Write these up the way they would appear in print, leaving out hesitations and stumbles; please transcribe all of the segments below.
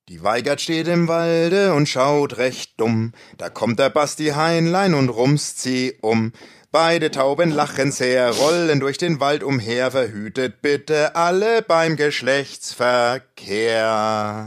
Die Weigert steht im Walde und schaut recht dumm. Da kommt der Basti Heinlein und rumst sie um. Beide Tauben lachen sehr, rollen durch den Wald umher. Verhütet bitte alle beim Geschlechtsverkehr.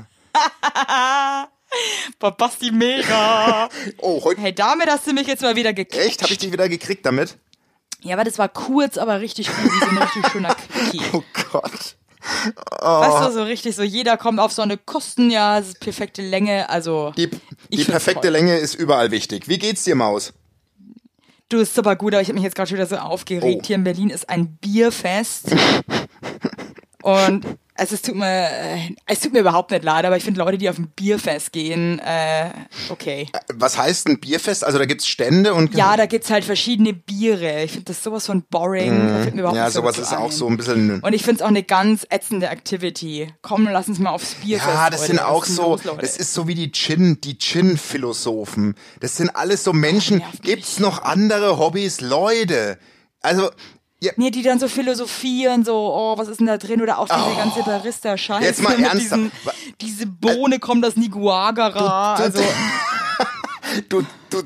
Boah, Basti, mega. Oh, heute. Hey, damit hast du mich jetzt mal wieder gekriegt. Echt? Hab ich dich wieder gekriegt damit? Ja, aber das war kurz, aber richtig gut, wie so ein richtig schöner Quickie. Oh Gott. Weißt du, so richtig, so jeder kommt auf so eine Kosten, ja, das ist perfekte Länge, also. Die perfekte Länge ist überall wichtig. Wie geht's dir, Maus? Du, ist super gut, aber ich habe mich jetzt gerade schon wieder so aufgeregt. Oh. Hier in Berlin ist ein Bierfest. Und es tut mir überhaupt nicht leid, aber ich finde Leute, die auf ein Bierfest gehen, okay. Was heißt ein Bierfest? Also da gibt's Stände und... Ja, da gibt's halt verschiedene Biere. Ich finde das sowas von boring. Da fällt mir überhaupt Ja, nicht so sowas dazu ist auch ein. so ein bisschen... Und ich finde es auch eine ganz ätzende Activity. Komm, lass uns mal aufs Bierfest. Ja, das Leute. sind auch Was ist denn so, los, Leute? das ist so wie die Gin-Philosophen. Das sind alles so Menschen. nervt mich. Gibt's noch andere Hobbys? Leute. Also, ja, Nee, die dann so philosophieren, so, oh, was ist denn da drin? Oder auch diese ganze Barista-Scheiße. Jetzt mal mit ernsthaft. diese Bohne kommt aus Nicaragua. Also, du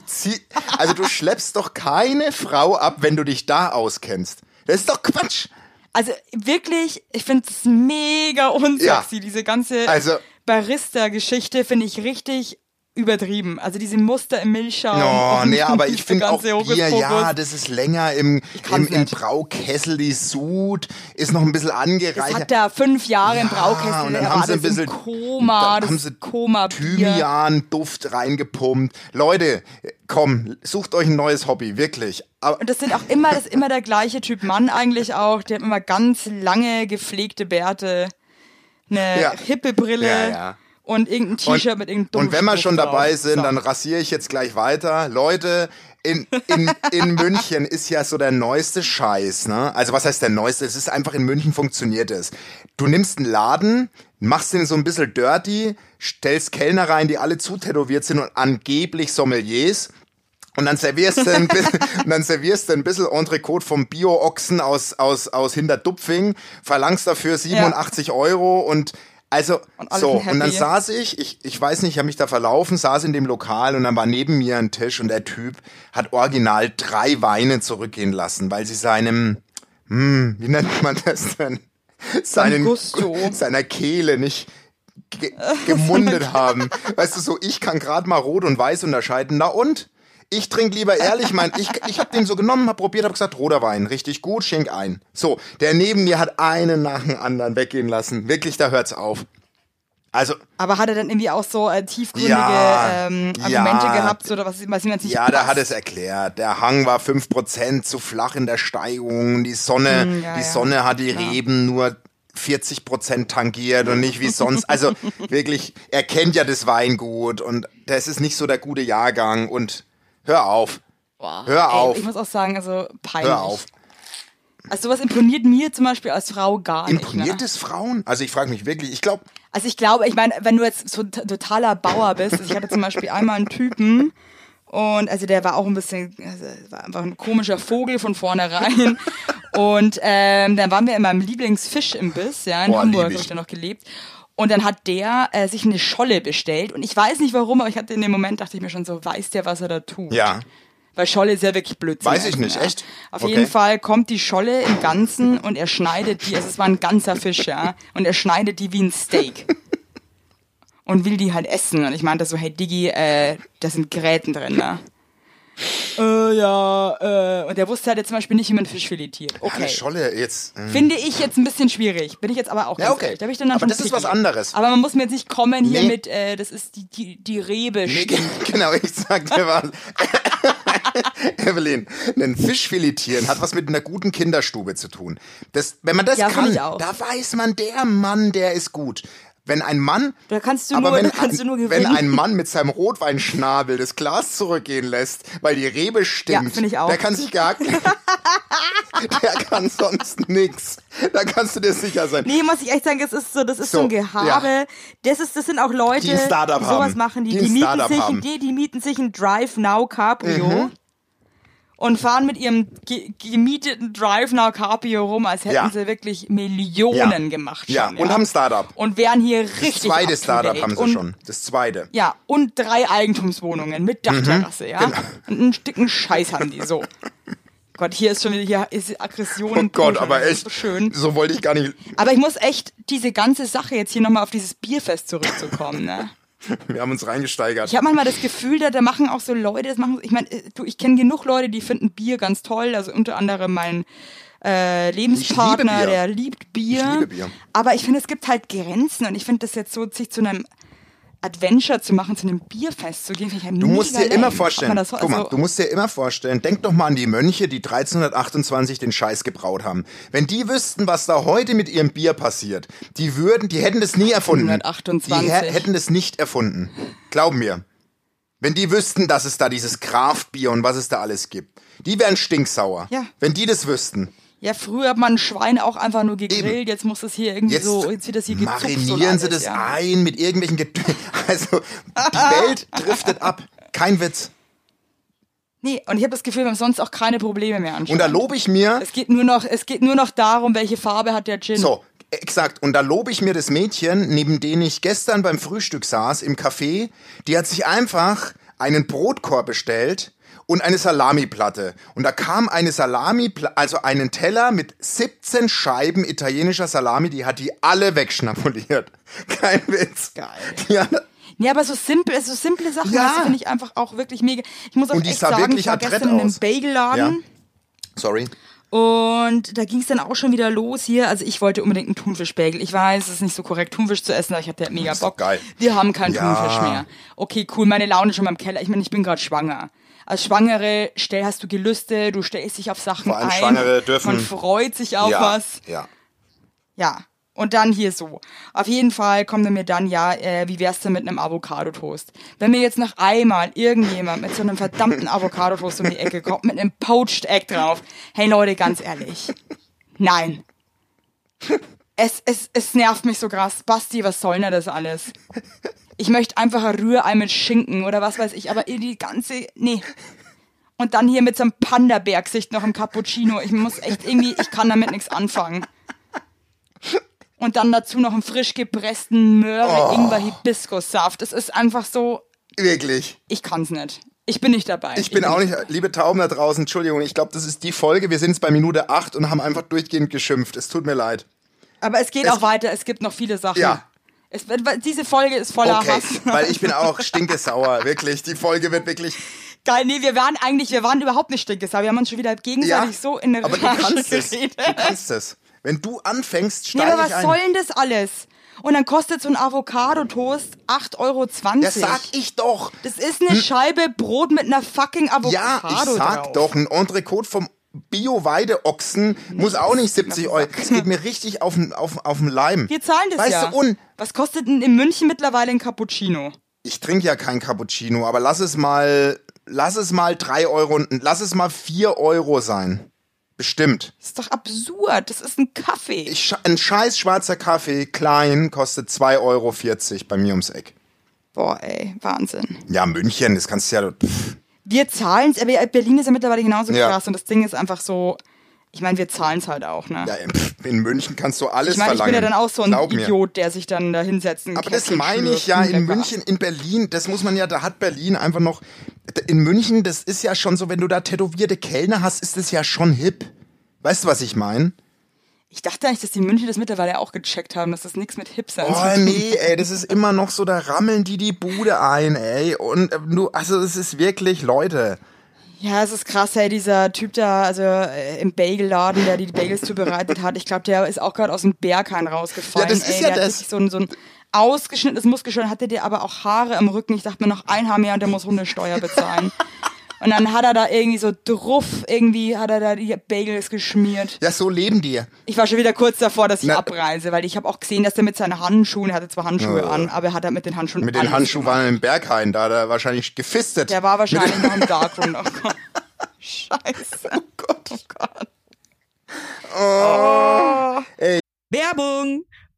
schleppst doch keine Frau ab, wenn du dich da auskennst. Das ist doch Quatsch. also wirklich, ich finde es mega unsexy. Ja. Diese ganze Also- Barista-Geschichte finde ich richtig übertrieben. Also diese Muster im Milchschaum. No, und nee, aber ich diese finde auch ganze Bier, ja, Hokuspokus. das ist länger im kann's nicht. Braukessel, die Sud, ist noch ein bisschen Das angereichert. hat da 5 Jahre im Ja, Braukessel. und dann der haben war sie ein das im bisschen- Koma, dann haben das sie Koma-Bier. Thymian-Duft reingepumpt. Leute, komm, sucht euch ein neues Hobby, wirklich. Aber Und das sind auch immer, das ist immer der gleiche Typ Mann eigentlich auch. Der hat immer ganz lange gepflegte Bärte, eine Ja. hippe Brille Ja, ja. und irgendein T-Shirt mit irgendeinem Und wenn wir schon Dummspruch dabei drauf. sind, So. dann rasiere ich jetzt gleich weiter. Leute, in München ist ja so der neueste Scheiß, ne? Also was heißt der neueste? Es ist einfach, in München funktioniert es. Du nimmst einen Laden, machst den so ein bisschen dirty, stellst Kellner rein, die alle zutätowiert sind und angeblich Sommeliers. Und dann servierst du ein bisschen Entrecote vom Bio-Ochsen aus Hinterdupfing, verlangst dafür 87 Euro und also, Und alle so, sind und dann happy. saß ich weiß nicht, ich habe mich da verlaufen, saß in dem Lokal und dann war neben mir ein Tisch und der Typ hat original 3 Weine zurückgehen lassen, weil sie seinem, wie nennt man das denn? Gusto. Seiner Kehle nicht gemundet haben. Weißt du, so, ich kann gerade mal Rot und Weiß unterscheiden, na und? Ich trinke lieber ehrlich, ich habe den so genommen, hab probiert, hab gesagt, roter Wein, richtig gut, schenk ein. So, der neben mir hat einen nach dem anderen weggehen lassen. Wirklich, da hört's auf. Also, Aber hat er dann irgendwie auch so tiefgründige Ja, Argumente ja. gehabt, oder was ihm jetzt nicht ja, da passt? hat es erklärt. Der Hang war 5% zu flach in der Steigung. Die Sonne, ja, die ja. Sonne hat die Reben nur 40% tangiert und nicht wie sonst. Also wirklich, er kennt ja das Weingut und das ist nicht so der gute Jahrgang und hör auf. Boah, Hör auf. Ich muss auch sagen, also peinlich. Hör auf. Also sowas imponiert mir zum Beispiel als Frau gar nicht. Imponiert Ne? es Frauen? Also ich frage mich wirklich, ich glaube, Also ich glaube, ich meine, wenn du jetzt so ein totaler Bauer bist, also ich hatte zum Beispiel einmal einen Typen und also der war auch ein bisschen, also war einfach ein komischer Vogel von vornherein und dann waren wir in meinem Lieblingsfischimbiss, ja, in Boah, Hamburg lieb habe ich. ich da noch gelebt. Und dann hat der sich eine Scholle bestellt und ich weiß nicht warum, aber ich hatte in dem Moment, dachte ich mir schon so, weiß der, was er da tut? ja. Weil Scholle ist ja wirklich Blödsinn. Weiß ich nicht, ja. echt? Auf Okay. jeden Fall kommt die Scholle im Ganzen und er schneidet die, also es war ein ganzer Fisch, ja, und er schneidet die wie ein Steak. Und will die halt essen. Und ich meinte so, hey Diggi, da sind Gräten drin, ne? Und der wusste halt jetzt zum Beispiel nicht, wie man Fisch filetiert. Eine Okay. Scholle jetzt. Finde ich jetzt ein bisschen schwierig. Bin ich jetzt aber auch Ja, ganz okay. ehrlich. Da bin ich dann Aber schon das ist picky. was anderes. Aber man muss mir jetzt nicht kommen hier Nee. mit, das ist die Rebe Nee, stinkt. genau, ich sag dir was. Evelyn, ein Fisch filetieren hat was mit einer guten Kinderstube zu tun. Wenn man das Ja, find kann, ich auch. da weiß man, der Mann, der ist gut. Wenn ein Mann, Da kannst du aber nur, wenn, da kannst du nur wenn gewinnen. ein Mann mit seinem Rotweinschnabel das Glas zurückgehen lässt, weil die Rebe stinkt, Ja, find ich auch. der kann sich gar, der kann sonst nix. Da kannst du dir sicher sein. Nee, muss ich echt sagen, das ist so So, ein Gehabe. ja. Das sind auch Leute, Die ein Startup die sowas haben. machen, Die ein Startup haben. die mieten sich ein Drive Now Cabrio und fahren mit ihrem gemieteten Drive Now Caprio rum, als hätten sie wirklich Millionen gemacht schon. Ja, und haben ein Startup. Und wären hier richtig Das zweite Startup up-to-date. haben sie schon. Das zweite. Ja, und 3 Eigentumswohnungen mit Dachterrasse, ja. Genau. Und einen dicken Scheiß haben die, so. Gott, hier ist schon wieder, hier ist Aggression. Oh Gott, pur, aber echt, so schön. so wollte ich gar nicht. Aber ich muss echt diese ganze Sache jetzt hier nochmal auf dieses Bierfest zurückzukommen, ne? Wir haben uns reingesteigert. Ich habe manchmal das Gefühl, da machen auch so Leute, ich meine, ich kenne genug Leute, die finden Bier ganz toll, also unter anderem mein Lebenspartner, der liebt Bier. Ich liebe Bier. Aber ich finde, es gibt halt Grenzen und ich finde das jetzt so, sich zu einem Adventure zu machen, zu einem Bierfest zu gehen, finde ich halt Du musst dir immer lame. vorstellen, Das so, guck mal, du musst dir immer vorstellen, denk doch mal an die Mönche, die 1328 den Scheiß gebraut haben. Wenn die wüssten, was da heute mit ihrem Bier passiert, die hätten das nie erfunden. 1328. Die hätten das nicht erfunden. Glaub mir. Wenn die wüssten, dass es da dieses Craft-Bier und was es da alles gibt. Die wären stinksauer. Ja. Wenn die das wüssten. Ja, früher hat man ein Schwein auch einfach nur gegrillt, Eben. jetzt muss das hier irgendwie jetzt wird das hier gezupft marinieren und sie alles, das ein mit irgendwelchen Also, die Welt driftet ab. Kein Witz. Nee, und ich habe das Gefühl, wir haben sonst auch keine Probleme mehr anscheinend. Und da lobe ich mir... Es geht nur noch darum, welche Farbe hat der Gin. So, exakt. Und da lobe ich mir das Mädchen, neben dem ich gestern beim Frühstück saß, im Café. Die hat sich einfach einen Brotkorb bestellt und eine Salamiplatte. Und da kam eine also einen Teller mit 17 Scheiben italienischer Salami, die hat die alle wegschnabuliert. Kein Witz. Geil. Ja, Ja, aber so simple Sachen, Ja. das finde ich einfach auch wirklich mega. Ich muss auch Und die echt sah sagen, wirklich ich war adrett gestern in einem aus. Bagelladen sorry. und da ging es dann auch schon wieder los hier. Also ich wollte unbedingt einen Thunfischbagel. Ich weiß, es ist nicht so korrekt, Thunfisch zu essen, aber ich hatte halt mega ist doch Bock. geil. Wir haben keinen Ja. Thunfisch mehr. Okay, cool, meine Laune schon beim Keller. Ich meine, ich bin gerade schwanger. Als Schwangere hast du Gelüste, du stellst dich auf Sachen Vor allem ein. Schwangere dürfen- Man freut sich auf was. Ja. Ja, und dann hier so. Auf jeden Fall kommt er mir dann, wie wär's denn mit einem Avocado-Toast? Wenn mir jetzt noch einmal irgendjemand mit so einem verdammten Avocado-Toast um die Ecke kommt, mit einem Poached Egg drauf. Hey Leute, ganz ehrlich. Nein. Es nervt mich so krass. Basti, was soll denn das alles? Ich möchte einfach ein Rührei mit Schinken oder was weiß ich, aber die ganze, nee. Und dann hier mit so einem Panda-Bergsicht noch im Cappuccino. Ich kann damit nichts anfangen. Und dann dazu noch einen frisch gepressten Möhre-Ingwer-Hibiskussaft. Es ist einfach so, Wirklich. ich kann's nicht. Ich bin nicht dabei. Ich bin auch nicht, liebe Tauben da draußen, Entschuldigung, ich glaube, das ist die Folge. Wir sind jetzt bei Minute 8 und haben einfach durchgehend geschimpft. Es tut mir leid. Aber es geht auch weiter, es gibt noch viele Sachen. Ja. Diese Folge ist voller Okay, Hass. weil ich bin auch stinkesauer, wirklich. Die Folge wird wirklich... Geil, nee, wir waren überhaupt nicht stinkesauer. Wir haben uns schon wieder gegenseitig so in der aber du Rage kannst es. geredet. Du kannst es. Wenn du anfängst, Ja, steige aber ich was ein. soll denn das alles? Und dann kostet so ein Avocado-Toast 8,20 €. Das sag ich doch. Das ist eine Scheibe Brot mit einer fucking Avocado Ja, ich sag drauf. doch, ein Entrecote vom Bio-Weideochsen muss auch nicht 70 €. Es geht mir richtig auf den Leim. Wir zahlen das weißt ja. Du, was kostet denn in München mittlerweile ein Cappuccino? ich trinke ja kein Cappuccino, aber lass es mal 3 Euro und lass es mal 4 € sein. Bestimmt. Das ist doch absurd. Das ist ein Kaffee. Ein scheiß schwarzer Kaffee, klein, kostet 2,40 € bei mir ums Eck. Boah, ey, Wahnsinn. Ja, München, das kannst du ja... Wir zahlen es, aber Berlin ist ja mittlerweile genauso Ja. krass und das Ding ist einfach so, ich meine, wir zahlen es halt auch, ne? Ja, in München kannst du alles Ich meine, ich verlangen. bin ja dann auch so ein Glaub mir. Idiot, der sich dann da hinsetzt. Aber das meine ich ja, in München, in Berlin, das muss man ja, da hat Berlin einfach noch, in München, das ist ja schon so, wenn du da tätowierte Kellner hast, ist das ja schon hip. Weißt du, was ich meine? Ich dachte eigentlich, dass die München das mittlerweile auch gecheckt haben, dass das nichts mit Hip sein Oh nee, ey, das ist immer noch so, da rammeln die Bude ein, ey. Und also es ist wirklich, Leute. Ja, es ist krass, ey, dieser Typ da, also im Bagelladen, der die Bagels zubereitet hat, ich glaube, der ist auch gerade aus dem Berghain rausgefallen. Ja, das ist ey, ja der das. Hat so ein ausgeschnittenes Muskelschwein, hatte der aber auch Haare am Rücken. Ich dachte mir, noch ein Haar mehr und der muss Hundesteuer bezahlen. Und dann hat er da irgendwie so hat er da die Bagels geschmiert. Ja, so leben die. Ich war schon wieder kurz davor, dass ich Na, abreise, weil ich habe auch gesehen, dass er mit seinen Handschuhen, er hatte zwar Handschuhe an, aber er hat halt mit den Handschuhen Mit den alles Handschuhen gemacht. waren im Berghain, da hat er wahrscheinlich gefistet. Der war wahrscheinlich noch im Darkroom. Oh Gott. Scheiße. Oh Gott. Oh Gott. Oh. Werbung!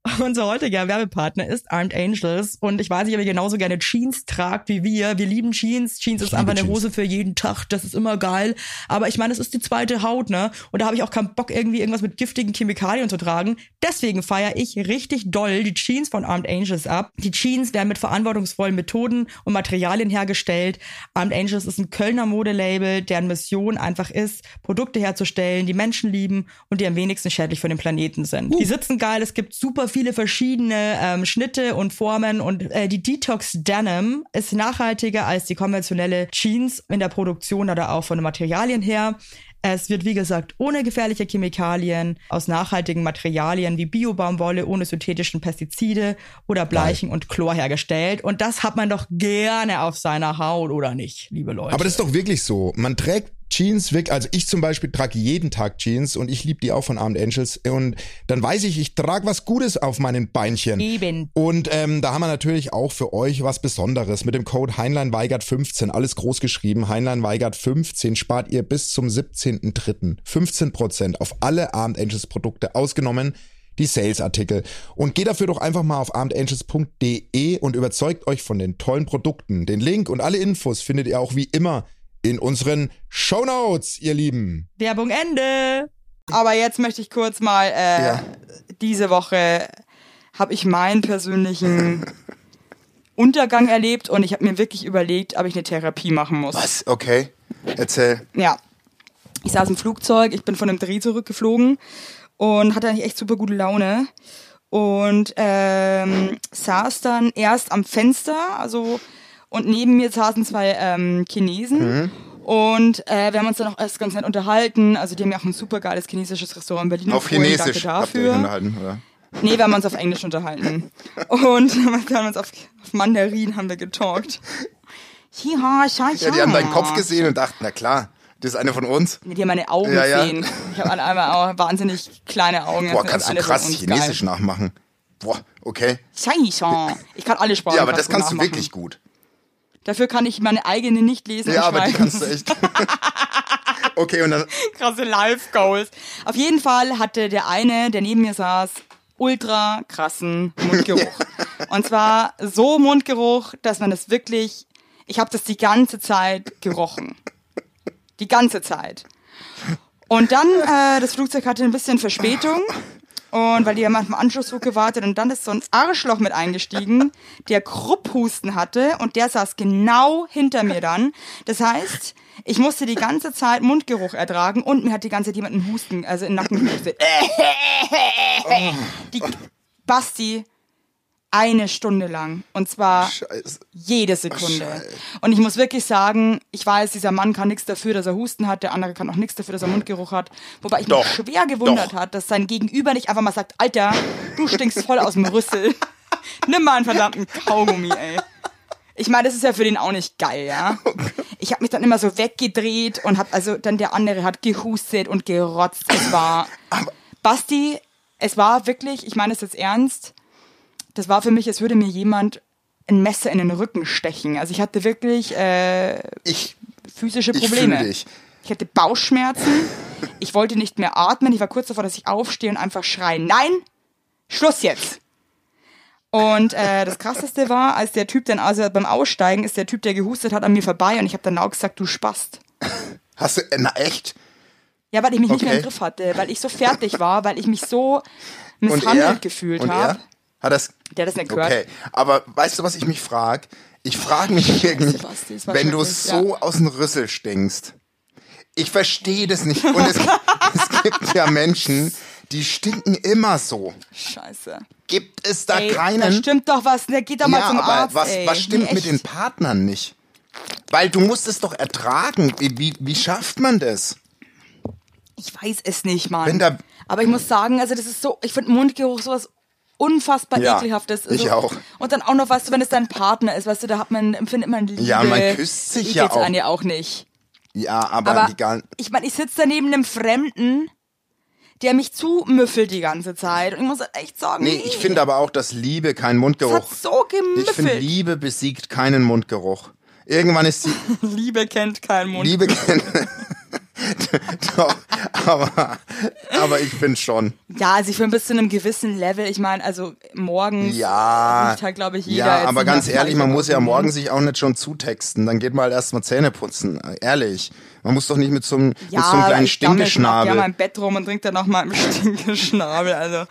Unser heutiger Werbepartner ist Armed Angels und ich weiß nicht, ob ihr genauso gerne Jeans tragt wie wir. Wir lieben Jeans. Jeans ist einfach eine Hose für jeden Tag. Das ist immer geil. Aber ich meine, es ist die zweite Haut, ne? Und da habe ich auch keinen Bock, irgendwie irgendwas mit giftigen Chemikalien zu tragen. Deswegen feiere ich richtig doll die Jeans von Armed Angels ab. Die Jeans werden mit verantwortungsvollen Methoden und Materialien hergestellt. Armed Angels ist ein Kölner Modelabel, deren Mission einfach ist, Produkte herzustellen, die Menschen lieben und die am wenigsten schädlich für den Planeten sind. Die sitzen geil. Es gibt super viele verschiedene Schnitte und Formen und die Detox Denim ist nachhaltiger als die konventionelle Jeans in der Produktion oder auch von den Materialien her. Es wird, wie gesagt, ohne gefährliche Chemikalien, aus nachhaltigen Materialien wie Bio-Baumwolle, ohne synthetischen Pestizide oder Bleichen und Chlor hergestellt. Und das hat man doch gerne auf seiner Haut, oder nicht, liebe Leute? Aber das ist doch wirklich so. Man trägt Jeans weg, also ich zum Beispiel trage jeden Tag Jeans und ich liebe die auch von Armed Angels und dann weiß ich trage was Gutes auf meinen Beinchen. Eben. Und da haben wir natürlich auch für euch was Besonderes mit dem Code HeinleinWeigert15, alles groß geschrieben, HeinleinWeigert15 spart ihr bis zum 17.03. 15% auf alle Armed Angels Produkte, ausgenommen die Sales-Artikel. Und geht dafür doch einfach mal auf armedangels.de und überzeugt euch von den tollen Produkten. Den Link und alle Infos findet ihr auch wie immer in unseren Shownotes, ihr Lieben. Werbung Ende. Aber jetzt möchte ich kurz mal, diese Woche habe ich meinen persönlichen Untergang erlebt und ich habe mir wirklich überlegt, ob ich eine Therapie machen muss. Was? Okay. Erzähl. Ja. Ich saß im Flugzeug, ich bin von einem Dreh zurückgeflogen und hatte eigentlich echt super gute Laune und saß dann erst am Fenster, und neben mir saßen zwei Chinesen und wir haben uns dann auch erst ganz nett unterhalten. Also die haben ja auch ein super geiles chinesisches Restaurant in Berlin. Auf Chinesisch habt ihr euch unterhalten, oder? Nee, wir haben uns auf Englisch unterhalten. Und wir haben uns auf Mandarin haben wir getalkt. Ja, die haben deinen Kopf gesehen und dachten, na klar, das ist eine von uns. Nee, die haben meine Augen gesehen. Ich habe einmal auch wahnsinnig kleine Augen. Boah, kannst du krass Chinesisch nachmachen. Boah, okay. Ich kann alle Sprachen. Ja, aber das kannst nachmachen. du wirklich gut. Dafür kann ich meine eigene nicht lesen und Ja, aber schreiben. die kannst du echt. Okay, und dann... Krasse Life-Goals. Auf jeden Fall hatte der eine, der neben mir saß, ultra krassen Mundgeruch. Und zwar so Mundgeruch, dass man das wirklich... Ich habe das die ganze Zeit gerochen. Die ganze Zeit. Und dann, das Flugzeug hatte ein bisschen Verspätung. Und weil die haben auf den Anschlussflug gewartet und dann ist so ein Arschloch mit eingestiegen, der Krupphusten hatte und der saß genau hinter mir dann. Das heißt, ich musste die ganze Zeit Mundgeruch ertragen und mir hat die ganze Zeit jemand einen Husten, also in den Nacken gehustet. Die Basti, 1 Stunde lang. Und zwar Scheiße. jede Sekunde. Scheiße. Und ich muss wirklich sagen, ich weiß, dieser Mann kann nichts dafür, dass er Husten hat, der andere kann auch nichts dafür, dass er Mundgeruch hat. Wobei ich mich schwer gewundert hat, dass sein Gegenüber nicht einfach mal sagt, Alter, du stinkst voll aus dem Rüssel. Nimm mal einen verdammten Kaugummi, ey. Ich meine, das ist ja für den auch nicht geil, ja. Ich habe mich dann immer so weggedreht und dann der andere hat gehustet und gerotzt. Es war, Basti, es war wirklich, ich meine es jetzt ernst, das war für mich, als würde mir jemand ein Messer in den Rücken stechen. Also ich hatte wirklich physische Probleme. Ich hatte Bauchschmerzen. Ich wollte nicht mehr atmen. Ich war kurz davor, dass ich aufstehe und einfach schreie, nein, Schluss jetzt. Und das Krasseste war, als der Typ dann, also beim Aussteigen, ist der Typ, der gehustet hat, an mir vorbei und ich habe dann laut gesagt, du Spast. Hast du, na echt? Ja, weil ich mich nicht mehr im Griff hatte, weil ich so fertig war, weil ich mich so misshandelt gefühlt habe. Der hat das nicht gehört. Okay, aber weißt du, was ich mich frage? Ich frage mich irgendwie, wenn du so aus dem Rüssel stinkst. Ich verstehe das nicht. Und es gibt ja Menschen, die stinken immer so. Scheiße. Gibt es da keinen? Da stimmt doch was. Der geht doch mal zum Arzt, was stimmt mit den Partnern nicht? Weil du musst es doch ertragen. Wie schafft man das? Ich weiß es nicht, Mann. Aber ich muss sagen, also das ist so, ich finde Mundgeruch sowas unfassbar ekelhaftes. Also, ich auch. Und dann auch noch, weißt du, wenn es dein Partner ist, weißt du, da empfindet man Liebe. Ja, man küsst sich ja auch. Einen ja auch nicht. Ja, aber egal. Ich meine, ich sitze da neben einem Fremden, der mich zumüffelt die ganze Zeit. Und ich muss echt sagen, nee. Ich finde aber auch, dass Liebe keinen Mundgeruch... Das hat so gemüffelt. Ich finde, Liebe besiegt keinen Mundgeruch. Irgendwann ist sie... Liebe kennt keinen Mundgeruch. Liebe kennt... Doch, aber ich finde schon. Ja, also ich finde bis zu einem gewissen Level, ich meine, also morgens riecht halt, glaube ich, jeder. Ja, aber ganz Fleisch ehrlich, man muss ja oder so. morgens sich auch nicht schon zutexten. Dann geht mal erst mal Zähne putzen. Ehrlich. Man muss doch nicht mit so einem kleinen Ich Stinkeschnabel. ja mal im Bett rum und trinkt dann noch mal im Stinkeschnabel, also.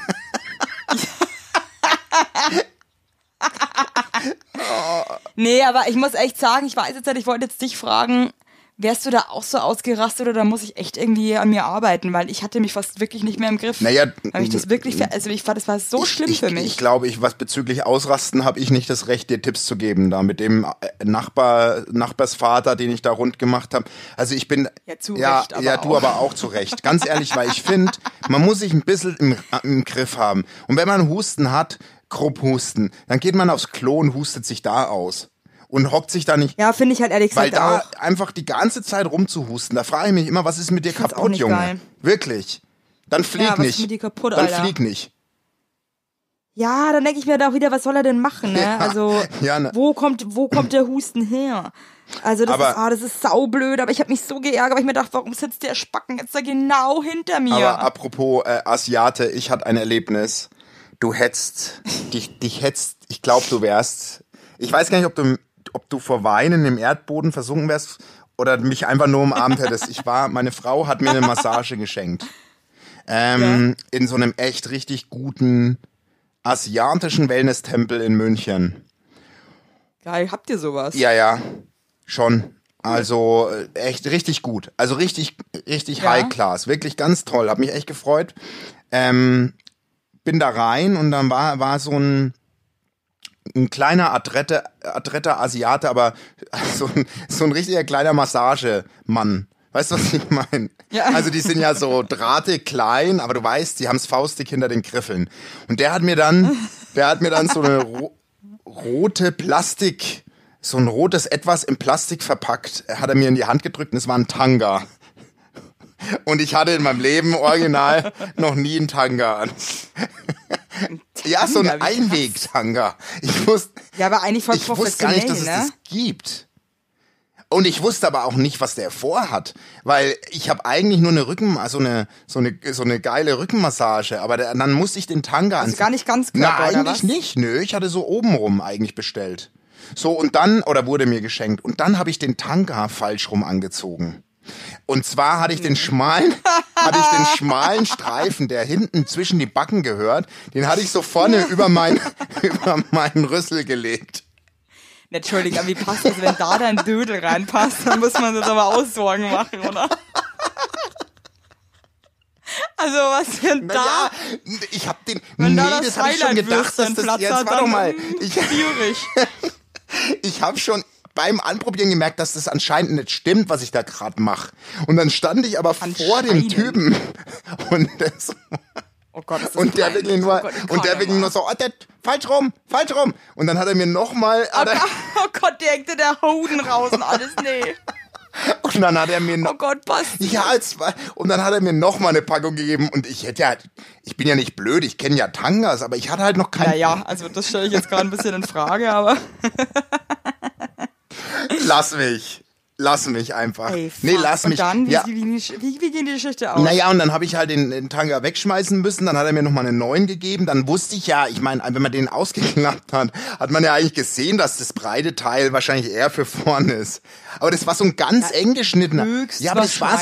Nee, aber ich muss echt sagen, ich weiß jetzt nicht, ich wollte jetzt dich fragen, wärst du da auch so ausgerastet oder muss ich echt irgendwie an mir arbeiten, weil ich hatte mich fast wirklich nicht mehr im Griff. Naja, weil ich das wirklich, also ich fand, das war so schlimm für mich. Ich glaube, was bezüglich Ausrasten habe ich nicht das Recht, dir Tipps zu geben, da mit dem Nachbarsvater, den ich da rund gemacht habe. Also ich bin, du aber auch zu Recht. Ganz ehrlich, weil ich finde, man muss sich ein bisschen im Griff haben. Und wenn man Husten hat, grob Husten, dann geht man aufs Klo und hustet sich da aus. Und hockt sich da nicht. Ja, finde ich halt ehrlich gesagt weil da auch. einfach die ganze Zeit rumzuhusten, da frage ich mich immer, was ist mit dir kaputt, Junge? Geil. Wirklich. Dann flieg was nicht. ist mit dir kaputt, dann Alter? flieg nicht. Ja, dann denke ich mir da auch wieder, was soll er denn machen, ne? Ja, Also, ja, ne. wo kommt der Husten her? Also, das ist saublöd, aber ich habe mich so geärgert, weil ich mir dachte, warum sitzt der Spacken jetzt da genau hinter mir? Aber apropos Asiate, ich hatte ein Erlebnis. Du hättest, dich hättest, ich glaube, du wärst, ich weiß gar nicht, ob du vor Weinen im Erdboden versunken wärst oder mich einfach nur umarmt hättest. Meine Frau hat mir eine Massage geschenkt. In so einem echt richtig guten asiatischen Wellness-Tempel in München. Geil, habt ihr sowas? Ja, schon. Also echt richtig gut. Also richtig High Class. Wirklich ganz toll. Hab mich echt gefreut. Bin da rein und dann war so ein kleiner adretter Asiate, aber so ein richtiger kleiner Massagemann. Weißt du, was ich meine? Ja. Also die sind ja so drahtig klein, aber du weißt, die haben's faustig hinter den Griffeln. Und der hat mir dann so eine rote Plastik, so ein rotes Etwas in Plastik verpackt, hat er mir in die Hand gedrückt und es war ein Tanga. Und ich hatte in meinem Leben original noch nie einen Tanga an. Ja, so ein Einweg-Tanga. Ich wusste aber eigentlich voll gar nicht, dass es ne? das gibt. Und ich wusste aber auch nicht, was der vorhat, weil ich habe eigentlich nur so eine geile Rückenmassage, aber dann musste ich den Tanga Also gar nicht ganz klar, Na, oder eigentlich was? nicht, nö, ich hatte so obenrum eigentlich bestellt. So und dann, oder wurde mir geschenkt, und dann habe ich den Tanga falsch rum angezogen. Und zwar hatte ich den schmalen Streifen, der hinten zwischen die Backen gehört, den hatte ich so vorne über meinen Rüssel gelegt. Entschuldigung, aber wie passt das, wenn da dein Dödel reinpasst, dann muss man das aber Aussorgen machen, oder? Also was für ein Naja, ich hab den, Wenn nee, da das habe ich schon gedacht, dass das, Platz jetzt hat, war doch dann mal, schwierig. ich habe schon beim Anprobieren gemerkt, dass das anscheinend nicht stimmt, was ich da gerade mache. Und dann stand ich aber vor dem Typen und das, Oh Gott, ist das und der peinlich. wirklich nur, Oh Gott, ich und der kann wirklich ja nur so, oh, der, falsch rum. Und dann hat er mir nochmal, Oh Gott, der hängt der Hoden raus und alles, nee. und dann hat er mir Oh Gott, Basti. ja, und dann hat er mir nochmal eine Packung gegeben und ich bin ja nicht blöd, ich kenne ja Tangas, aber ich hatte halt noch kein, Naja, also das stelle ich jetzt gerade ein bisschen in Frage, aber... Lass mich einfach. Ey, fuck. Nee, lass mich. Und dann, ja. wie gehen die Geschichte aus? Naja, und dann habe ich halt den Tanga wegschmeißen müssen, dann hat er mir nochmal einen neuen gegeben, dann wusste ich ja, ich meine, wenn man den ausgeklappt hat, hat man ja eigentlich gesehen, dass das breite Teil wahrscheinlich eher für vorne ist. Aber das war so ein ganz eng geschnittener. Ja, aber das war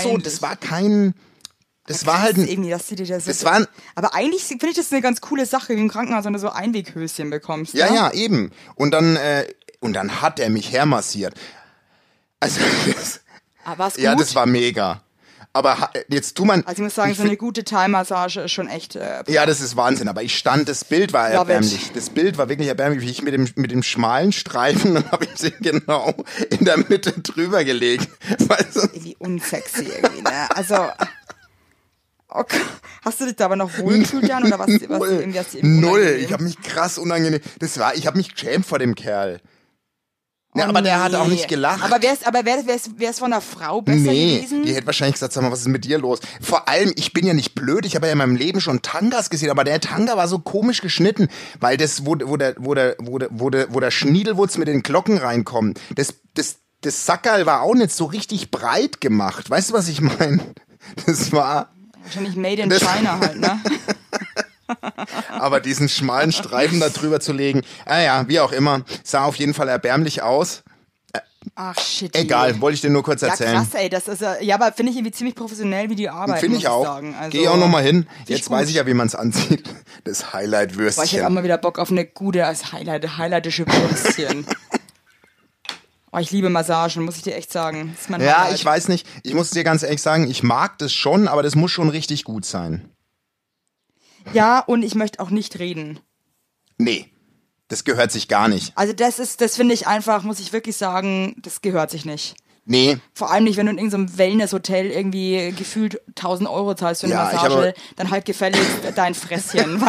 halt ein, irgendwie, dass du dir das war ein, aber eigentlich finde ich das eine ganz coole Sache, wie im Krankenhaus, wenn du so Einweghöschen bekommst. ja, eben. Und dann hat er mich hermassiert. Also, Aber war's gut? ja, das war mega. Aber jetzt Also ich muss sagen, so eine gute Thai-Massage ist schon echt... ja, das ist Wahnsinn, aber das Bild war Love erbärmlich. it. Das Bild war wirklich erbärmlich, wie ich mit dem schmalen Streifen, dann habe ich den genau in der Mitte drüber gelegt. Weißt du? irgendwie unsexy irgendwie, ne? Also... Okay. Hast du dich da aber noch wohlgefühlt, Jan? Oder was irgendwie hast du eben Null. unangenehm? Ich habe mich krass unangenehm... Ich habe mich geschämt vor dem Kerl. Ja, aber der hat auch nicht gelacht. Aber wär's von einer Frau besser gewesen? Die hätte wahrscheinlich gesagt, sag mal, was ist mit dir los? Vor allem, ich bin ja nicht blöd, ich habe ja in meinem Leben schon Tangas gesehen, aber der Tanga war so komisch geschnitten, weil das, wo der Schniedelwurz mit den Glocken reinkommt, das Sackerl war auch nicht so richtig breit gemacht. Weißt du, was ich meine? Das war... Wahrscheinlich made in China halt, ne? Aber diesen schmalen Streifen da drüber zu legen, wie auch immer, sah auf jeden Fall erbärmlich aus. Ach shit. Egal, wollte ich dir nur kurz erzählen. Ja, krass, ey, das ist ja, aber finde ich irgendwie ziemlich professionell, wie die arbeiten. Finde ich auch. Sagen. Also, geh auch nochmal hin. Jetzt gut. weiß ich ja, wie man es anzieht. Das Highlight-Würstchen. Boah, ich hätte auch mal wieder Bock auf eine gute highlightische Würstchen. Oh, ich liebe Massagen, muss ich dir echt sagen. Das ist mein Ja, Highlight. ich weiß nicht. Ich muss dir ganz ehrlich sagen, ich mag das schon, aber das muss schon richtig gut sein. Ja, und ich möchte auch nicht reden. Nee, das gehört sich gar nicht. Also das finde ich einfach, muss ich wirklich sagen, das gehört sich nicht. Nee. Vor allem nicht, wenn du in irgendeinem Wellness-Hotel irgendwie gefühlt 1.000 Euro zahlst für eine Massage, dann halt gefälligst dein Fresschen,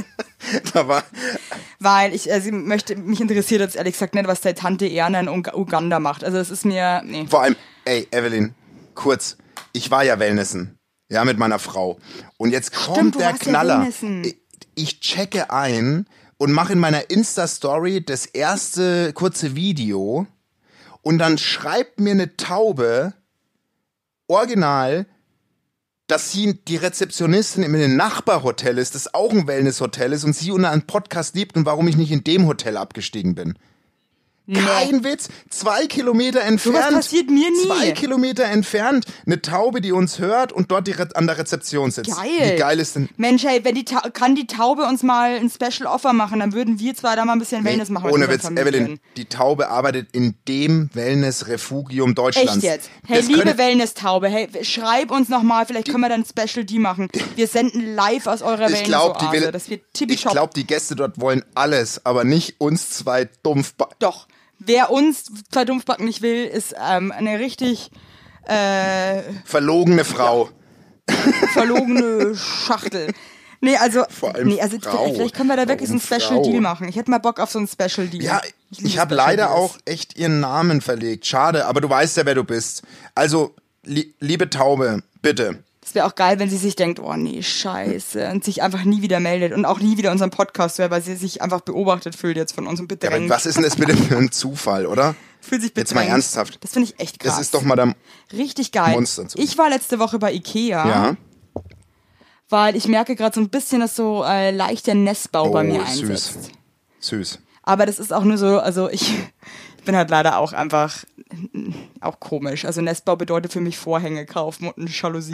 weil mich interessiert jetzt ehrlich gesagt nicht, was deine Tante Erna in Uganda macht. Also das ist mir, nee. Vor allem, Evelyn, kurz, ich war ja Wellnessen, ja, mit meiner Frau. Und jetzt kommt der Knaller. Ja, ich checke ein und mache in meiner Insta-Story das erste kurze Video. Und dann schreibt mir eine Taube, original, dass sie die Rezeptionistin in einem Nachbarhotel ist, das auch ein Wellnesshotel ist und sie unter einen Podcast liebt und warum ich nicht in dem Hotel abgestiegen bin. Kein Witz, 2 Kilometer entfernt. Das passiert mir nie. 2 Kilometer entfernt, eine Taube, die uns hört und dort an der Rezeption sitzt. Geil. Wie geil ist denn? Mensch, hey, kann die Taube uns mal ein Special Offer machen, dann würden wir zwar da mal ein bisschen Wellness machen. Ohne Witz, Evelyn, die Taube arbeitet in dem Wellness-Refugium Deutschlands. Echt jetzt? Hey, liebe Wellness-Taube, hey, schreib uns nochmal, vielleicht können wir dann ein Special die machen. Wir senden live aus eurer Wellness-Oase. Das wird ich glaube, die Gäste dort wollen alles, aber nicht uns zwei Dumpfbacken. Doch. Wer uns zwei Dumpfbacken nicht will, ist eine richtig verlogene Frau. Verlogene Schachtel. Nee, also, vielleicht können wir da wirklich so ein Special Deal machen. Ich hätte mal Bock auf so ein Special Deal. Ja, ich habe leider auch echt ihren Namen verlegt. Schade, aber du weißt ja, wer du bist. Also, liebe Taube, bitte. Es wäre auch geil, wenn sie sich denkt, oh nee, scheiße, und sich einfach nie wieder meldet und auch nie wieder unseren Podcast hört, weil sie sich einfach beobachtet fühlt jetzt von uns und bedrängt. Ja, aber was ist denn das bitte für ein Zufall, oder? Fühlt sich bedrängt. Jetzt mal ernsthaft. Das finde ich echt krass. Das ist doch mal der richtig geil. Monsterzufall. Ich war letzte Woche bei Ikea. Ja. Weil ich merke gerade so ein bisschen, dass so leichter Nestbau bei mir einsetzt. Süß. Aber das ist auch nur so, also ich bin halt leider auch einfach auch komisch. Also Nestbau bedeutet für mich Vorhänge kaufen und eine Jalousie.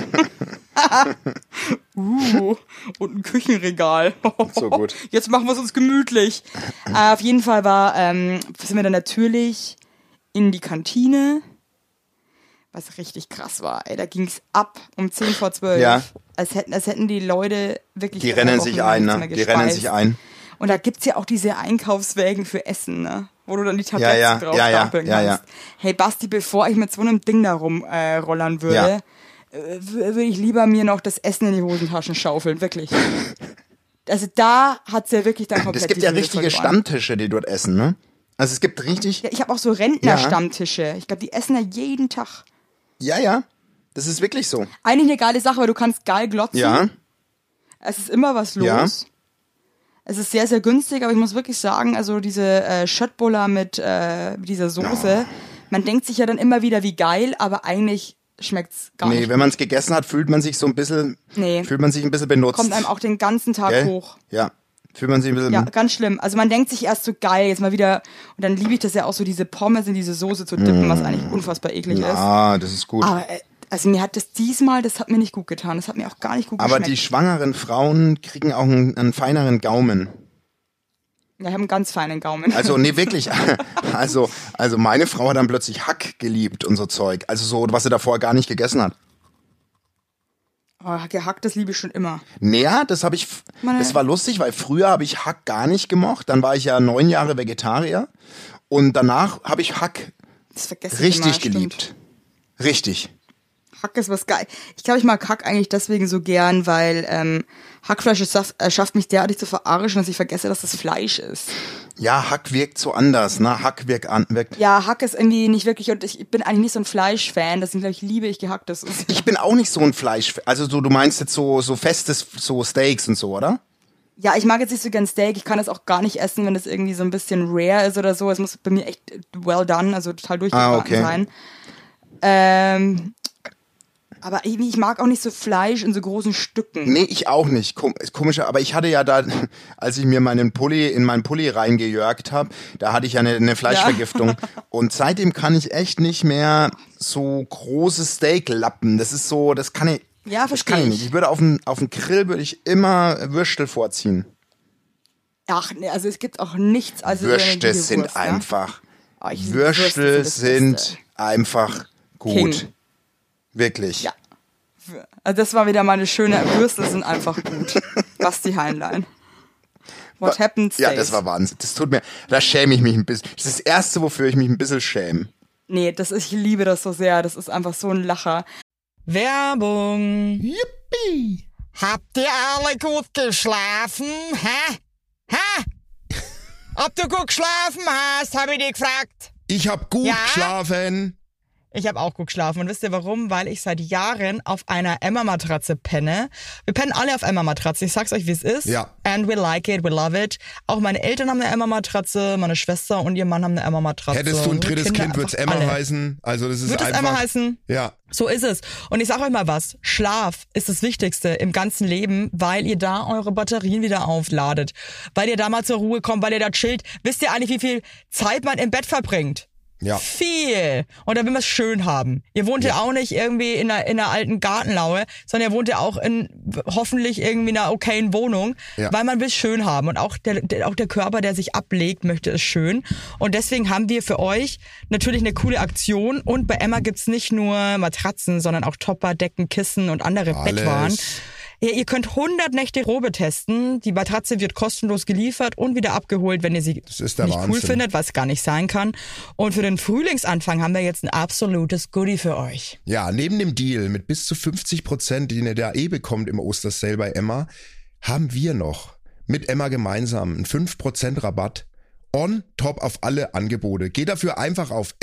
Und ein Küchenregal. So gut. Jetzt machen wir es uns gemütlich. Auf jeden Fall sind wir dann natürlich in die Kantine, was richtig krass war. Ey, da ging es ab um 10:12. Ja. Als hätten die Leute wirklich... Die rennen sich ein, ne? Die rennen sich ein. Und da gibt's ja auch diese Einkaufswägen für Essen, ne? Wo du dann die Tabletten drauf stapeln kannst. Ja. Hey Basti, bevor ich mit so einem Ding da rumrollern würde, würde ich lieber mir noch das Essen in die Hosentaschen schaufeln, wirklich. Also da hat's ja wirklich dann komplett... Es gibt ja richtige Stammtische, die dort essen, ne? Also es gibt richtig... Ja, ich habe auch so Rentner-Stammtische. Ich glaube, die essen ja jeden Tag. Ja. Das ist wirklich so. Eigentlich eine geile Sache, weil du kannst geil glotzen. Ja. Es ist immer was los. Ja. Es ist sehr, sehr günstig, aber ich muss wirklich sagen, also diese Schöttbuller mit dieser Soße, man denkt sich ja dann immer wieder, wie geil, aber eigentlich schmeckt's gar nicht. Nee, wenn man es gegessen hat, fühlt man sich ein bisschen benutzt. Kommt einem auch den ganzen Tag hoch. Ja, fühlt man sich ein bisschen... Ja, ganz schlimm. Also man denkt sich erst so, geil, jetzt mal wieder, und dann liebe ich das ja auch so, diese Pommes in diese Soße zu dippen, was eigentlich unfassbar eklig ist. Ah, das ist gut. Aber also mir hat das diesmal, das hat mir nicht gut getan. Das hat mir auch gar nicht gut geschmeckt. Aber die schwangeren Frauen kriegen auch einen feineren Gaumen. Ja, ich habe einen ganz feinen Gaumen. Also, nee, wirklich. Also meine Frau hat dann plötzlich Hack geliebt und so Zeug. Also so, was sie davor gar nicht gegessen hat. Oh, gehacktes liebe ich schon immer. Naja, das war lustig, weil früher habe ich Hack gar nicht gemocht. Dann war ich ja 9 Jahre Vegetarier. Und danach habe ich Hack richtig geliebt. Richtig. Hack ist was geil. Ich glaube, ich mag Hack eigentlich deswegen so gern, weil Hackfleisch schafft mich derartig zu verarschen, dass ich vergesse, dass das Fleisch ist. Ja, Hack wirkt so anders, ne? Hack wirkt. Ja, Hack ist irgendwie nicht wirklich, und ich bin eigentlich nicht so ein Fleischfan, deswegen glaube ich, liebe ich Gehacktes. Ich bin auch nicht so ein Fleisch, also du meinst jetzt so festes, so Steaks und so, oder? Ja, ich mag jetzt nicht so gern Steak. Ich kann das auch gar nicht essen, wenn das irgendwie so ein bisschen rare ist oder so. Es muss bei mir echt well done, also total durchgebraten sein. Aber irgendwie, ich mag auch nicht so Fleisch in so großen Stücken. Nee, ich auch nicht. Komischer, aber ich hatte ja da, als ich mir in meinen Pulli reingejörgt habe, da hatte ich ja eine Fleischvergiftung. Ja. Und seitdem kann ich echt nicht mehr so große Steaklappen. Das ist so, das kann ich. Ja, verstehe ich nicht. Ich würde auf dem Grill würde ich immer Würstel vorziehen. Ach, nee, also es gibt auch nichts. Also Würste sind Wurst, einfach. Ja? Würstel sind einfach gut. King. Wirklich. Ja. Also das war wieder mal eine schöne, Würstel sind einfach gut. Basti Heinlein. What happened stays. Ja, das war Wahnsinn. Da schäme ich mich ein bisschen. Das ist das Erste, wofür ich mich ein bisschen schäme. Nee, ich liebe das so sehr. Das ist einfach so ein Lacher. Werbung. Yippie! Habt ihr alle gut geschlafen? Hä? Hä? Ob du gut geschlafen hast, habe ich dich gefragt. Ich hab gut geschlafen. Ich habe auch gut geschlafen. Und wisst ihr warum? Weil ich seit Jahren auf einer Emma-Matratze penne. Wir pennen alle auf Emma-Matratzen. Ich sag's euch, wie es ist. Ja. And we like it, we love it. Auch meine Eltern haben eine Emma-Matratze, meine Schwester und ihr Mann haben eine Emma-Matratze. Hättest du ein drittes Kind, wird's Emma heißen. Also das ist Wird einfach. es Emma heißen? Ja. So ist es. Und ich sag euch mal was. Schlaf ist das Wichtigste im ganzen Leben, weil ihr da eure Batterien wieder aufladet. Weil ihr da mal zur Ruhe kommt, weil ihr da chillt. Wisst ihr eigentlich, wie viel Zeit man im Bett verbringt? Ja. Viel. Und da will man es schön haben. Ihr wohnt ja auch nicht irgendwie in einer alten Gartenlaue, sondern ihr wohnt ja auch in hoffentlich irgendwie einer okayen Wohnung, weil man will es schön haben. Und auch der Körper, der sich ablegt, möchte es schön. Und deswegen haben wir für euch natürlich eine coole Aktion. Und bei Emma gibt's nicht nur Matratzen, sondern auch Topper, Decken, Kissen und andere Bettwaren. Ja, ihr könnt 100 Nächte Probe testen. Die Matratze wird kostenlos geliefert und wieder abgeholt, wenn ihr sie nicht cool findet, was gar nicht sein kann. Und für den Frühlingsanfang haben wir jetzt ein absolutes Goodie für euch. Ja, neben dem Deal mit bis zu 50%, den ihr da bekommt im Ostersale bei Emma, haben wir noch mit Emma gemeinsam einen 5% Rabatt on top auf alle Angebote. Geht dafür einfach auf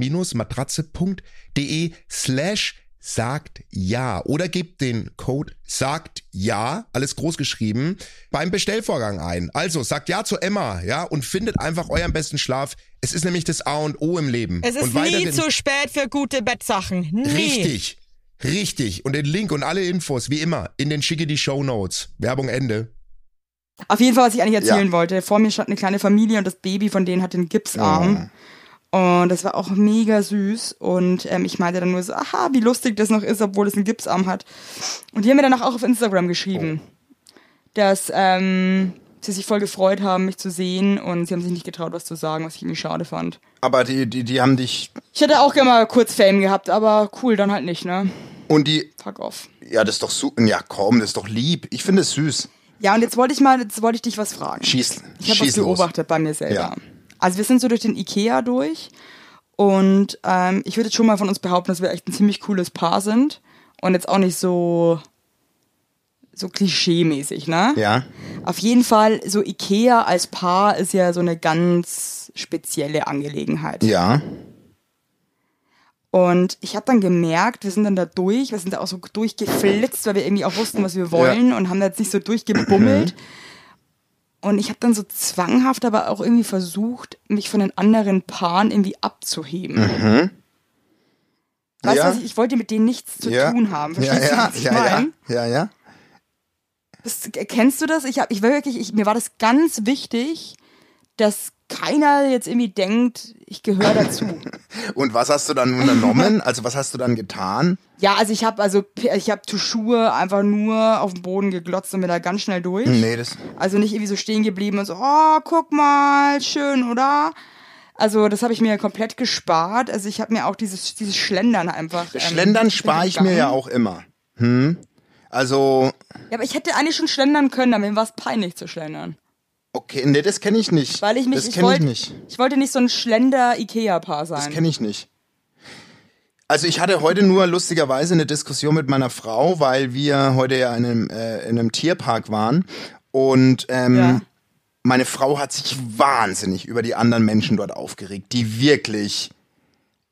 emma-matratze.de/sagt ja oder gebt den Code sagt ja, alles groß geschrieben, beim Bestellvorgang ein. Also sagt ja zu Emma, ja, und findet einfach euren besten Schlaf. Es ist nämlich das A und O im Leben. Es ist nie zu spät für gute Bettsachen. Nie. Richtig. Und den Link und alle Infos, wie immer, in den schicke die Shownotes. Werbung Ende. Auf jeden Fall, was ich eigentlich erzählen wollte. Vor mir stand eine kleine Familie und das Baby von denen hat den Gipsarm. Und das war auch mega süß. Und ich meinte dann nur so, aha, wie lustig das noch ist, obwohl es einen Gipsarm hat. Und die haben mir danach auch auf Instagram geschrieben, dass sie sich voll gefreut haben, mich zu sehen. Und sie haben sich nicht getraut, was zu sagen, was ich irgendwie schade fand. Aber die haben dich... Ich hätte auch gerne mal kurz Fame gehabt, aber cool, dann halt nicht, ne? Und die... Fuck off. Ja, das ist doch super. Ja, komm, das ist doch lieb. Ich finde es süß. Ja, und jetzt wollte ich dich was fragen. Ich habe was beobachtet bei mir selber. Ja. Also wir sind so durch den Ikea durch und ich würde jetzt schon mal von uns behaupten, dass wir echt ein ziemlich cooles Paar sind und jetzt auch nicht so klischee-mäßig, ne? Ja. Auf jeden Fall, so Ikea als Paar ist ja so eine ganz spezielle Angelegenheit. Ja. Und ich habe dann gemerkt, wir sind dann da durch, wir sind da auch so durchgeflitzt, weil wir irgendwie auch wussten, was wir wollen und haben da jetzt nicht so durchgebummelt. Und ich habe dann so zwanghaft aber auch irgendwie versucht, mich von den anderen Paaren irgendwie abzuheben. Weißt du, ich wollte mit denen nichts zu tun haben. Verstehst du, was ich meine? Ja. Kennst du das? Mir war das ganz wichtig, dass keiner jetzt irgendwie denkt, ich gehöre dazu. Und was hast du dann unternommen? Also was hast du dann getan? Ja, also ich habe Schuhe einfach nur auf den Boden geglotzt und bin da ganz schnell durch. Nee, also nicht irgendwie so stehen geblieben und so, oh, guck mal, schön, oder? Also das habe ich mir komplett gespart. Also ich habe mir auch dieses Schlendern einfach... Das Schlendern spare ich mir ja auch immer. Also... Ja, aber ich hätte eigentlich schon schlendern können, aber mir war es peinlich zu schlendern. Okay, nee, das kenne ich nicht. Weil ich wollte nicht so ein Schlender-Ikea-Paar sein. Das kenne ich nicht. Also ich hatte heute nur lustigerweise eine Diskussion mit meiner Frau, weil wir heute ja in einem Tierpark waren und meine Frau hat sich wahnsinnig über die anderen Menschen dort aufgeregt, die wirklich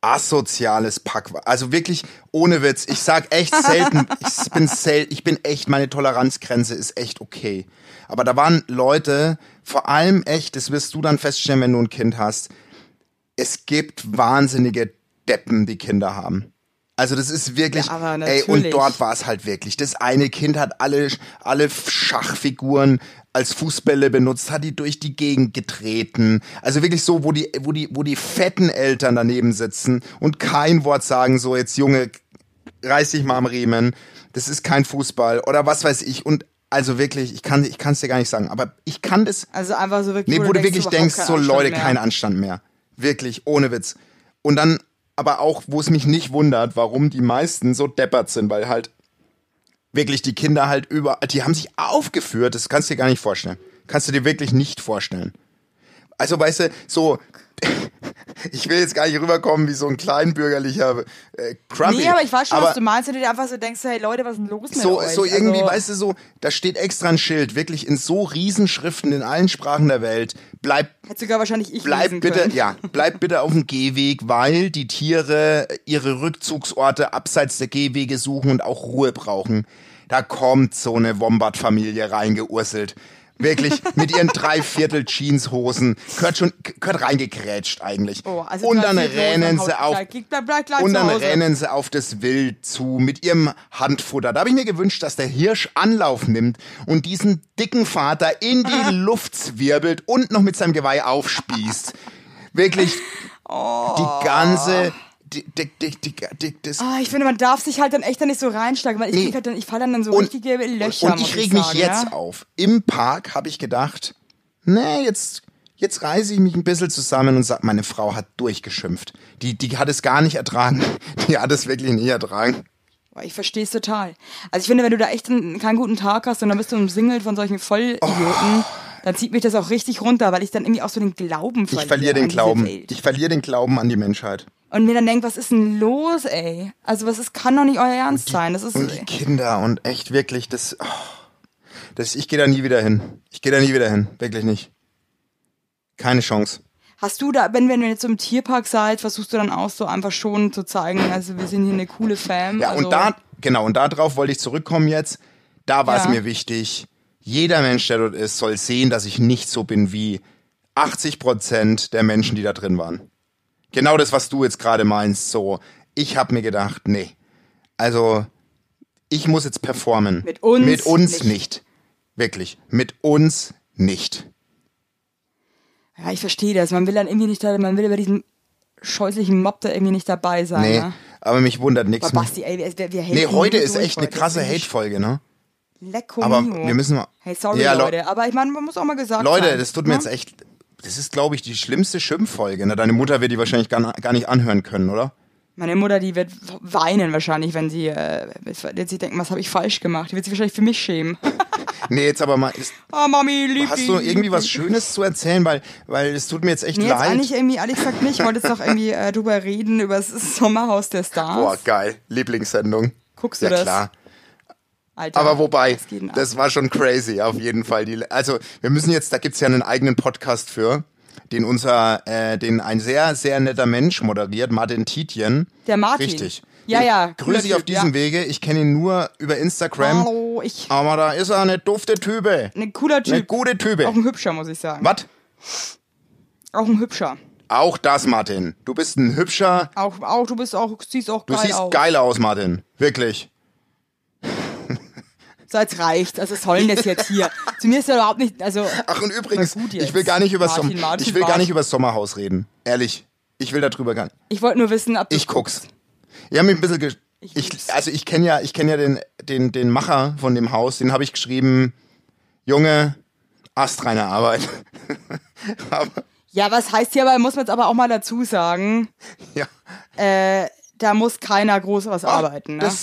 asoziales Pack. Also wirklich, ohne Witz, ich sag echt selten, ich bin echt, meine Toleranzgrenze ist echt okay. Aber da waren Leute, vor allem echt, das wirst du dann feststellen, wenn du ein Kind hast, es gibt wahnsinnige Deppen, die Kinder haben. Also das ist wirklich, Ja, aber ey, und natürlich. dort war es halt wirklich. Das eine Kind hat alle Schachfiguren als Fußbälle benutzt, hat die durch die Gegend getreten. Also wirklich so, wo die fetten Eltern daneben sitzen und kein Wort sagen, so jetzt Junge, reiß dich mal am Riemen, das ist kein Fußball oder was weiß ich. Und also wirklich, ich kann es dir gar nicht sagen, aber ich kann das, Also einfach so wirklich, wo du wirklich überhaupt denkst, keinen so Anstand Leute, mehr. kein Anstand mehr. Wirklich, ohne Witz. Und dann aber auch, wo es mich nicht wundert, warum die meisten so deppert sind, weil halt wirklich die Kinder halt die haben sich aufgeführt, das kannst du dir gar nicht vorstellen. Kannst du dir wirklich nicht vorstellen. Also weißt du, so, ich will jetzt gar nicht rüberkommen wie so ein kleinbürgerlicher Crumpy. Nee, aber ich weiß schon, aber was du meinst, wenn du dir einfach so denkst, hey Leute, was ist denn los mit so, euch? so irgendwie, Also, weißt du, so, da steht extra ein Schild, wirklich in so Riesenschriften in allen Sprachen der Welt, bleib hätte sogar wahrscheinlich ich Bleib lesen bitte, können. ja, bleib bitte auf dem Gehweg, weil die Tiere ihre Rückzugsorte abseits der Gehwege suchen und auch Ruhe brauchen. Da kommt so eine Wombat-Familie reingeurselt. Wirklich, mit ihren 3/4 Jeanshosen. Gehört reingekrätscht eigentlich. Oh, also und dann 3/4 rennen Hosen, sie auf, bleib gleich und zu dann Hause. rennen sie auf das Wild zu mit ihrem Handfutter. Da habe ich mir gewünscht, dass der Hirsch Anlauf nimmt und diesen dicken Vater in die Luft zwirbelt und noch mit seinem Geweih aufspießt. Wirklich, die ganze, das, Ich finde, man darf sich halt dann echt da nicht so reinsteigen, weil Nee. ich falle dann in so Und- richtige Löcher, und muss ich reg mich sagen, jetzt ja? auf. Im Park habe ich gedacht, nee, jetzt reiße ich mich ein bisschen zusammen und sag, meine Frau hat durchgeschimpft. Die hat es gar nicht ertragen. Die hat es wirklich nie ertragen. Boah, ich verstehe es total. Also ich finde, wenn du da echt keinen guten Tag hast und dann bist du umsingelt von solchen Vollidioten, dann zieht mich das auch richtig runter, weil ich dann irgendwie auch so den Glauben verliere. Ich verliere den an diese Glauben. Welt. Ich verliere den Glauben an die Menschheit. Und mir dann denkt, was ist denn los, ey? Also kann doch nicht euer Ernst sein. Das ist, Und die Kinder und echt wirklich, ich gehe da nie wieder hin. Ich gehe da nie wieder hin. Wirklich nicht. Keine Chance. hast du da, wenn ihr jetzt so im Tierpark seid, versuchst du dann auch so einfach schon zu zeigen, also wir sind hier eine coole Fam. Ja, also, und darauf wollte ich zurückkommen jetzt. Da war es Ja. mir wichtig. Jeder Mensch, der dort ist, soll sehen, dass ich nicht so bin wie 80% der Menschen, die da drin waren. Genau das, was du jetzt gerade meinst, so. Ich habe mir gedacht, nee. Also, ich muss jetzt performen. Mit uns Mit uns nicht. nicht. Wirklich. Mit uns nicht. Ja, ich verstehe das. Man will dann irgendwie nicht man will über diesen scheußlichen Mob da irgendwie nicht dabei sein. Nee, Ne? aber mich wundert nichts Aber mehr. Basti, ey, wir haten Nee, heute nur ist durch echt eine heute. krasse Das ist Hate-Folge, ne? Lecco Aber mio. wir müssen mal... Hey, sorry, Ja, Leute. Aber ich meine, man muss auch mal gesagt Leute, sein. das tut mir ne? jetzt echt... Das ist, glaube ich, die schlimmste Schimpffolge. Ne? Deine Mutter wird die wahrscheinlich gar nicht anhören können, oder? Meine Mutter, die wird weinen wahrscheinlich, wenn sie wird sich denken, was habe ich falsch gemacht? Die wird sich wahrscheinlich für mich schämen. Nee, jetzt aber mal... Oh, Mami, lieb Hast dich, du irgendwie lieb was dich. Schönes zu erzählen? Weil es tut mir jetzt echt Nee, jetzt leid. eigentlich irgendwie, ehrlich gesagt nicht. Ich wollte jetzt noch irgendwie drüber reden, über das Sommerhaus der Stars. Boah, geil. Lieblingssendung. Guckst du Ja, das? klar. Alter, Aber wobei, was geht denn ab? das war schon crazy, auf jeden Fall. Also, wir müssen jetzt, da gibt's ja einen eigenen Podcast für, den ein sehr, sehr netter Mensch moderiert, Martin Tietjen. Der Martin. Richtig. Ja, ja. cooler Grüße ich auf Typ, diesem ja. Wege. Ich kenne ihn nur über Instagram. Hallo, Aber da ist er eine dufte Type. ein cooler Typ. Eine gute Type. Auch ein hübscher, muss ich sagen. Was? Auch ein hübscher. Auch das, Martin. Du bist ein hübscher. Auch du siehst auch Du geil siehst aus. geil aus, Martin. Wirklich. So, jetzt reicht. Also, was soll denn das jetzt hier? Zu mir ist ja überhaupt nicht, also. Ach, und übrigens, Na gut jetzt. ich will gar nicht über Martin das Sommerhaus reden. Ehrlich. Ich will darüber gar nicht. Ich wollte nur wissen, ob du Ich guck's. Ich habe mich ein bisschen ich kenne ja den Macher von dem Haus, den habe ich geschrieben, Junge, astreine Arbeit. Aber, Ja, was heißt hier, aber muss man jetzt aber auch mal dazu sagen, ja. da muss keiner groß was arbeiten, ne?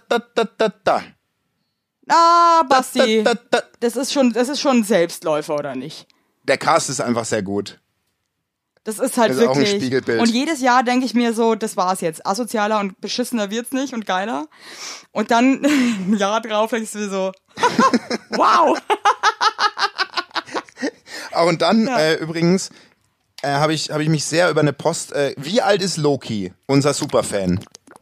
Basti, das ist schon ein Selbstläufer, oder nicht? Der Cast ist einfach sehr gut. Das ist halt Das ist auch ein wirklich. Spiegelbild. Und jedes Jahr denke ich mir so, das war's jetzt. Asozialer und beschissener wird's nicht und geiler. Und dann ein Jahr drauf denkst du mir so, wow. Und dann übrigens, habe ich mich sehr über eine Post. Wie alt ist Loki, unser Superfan?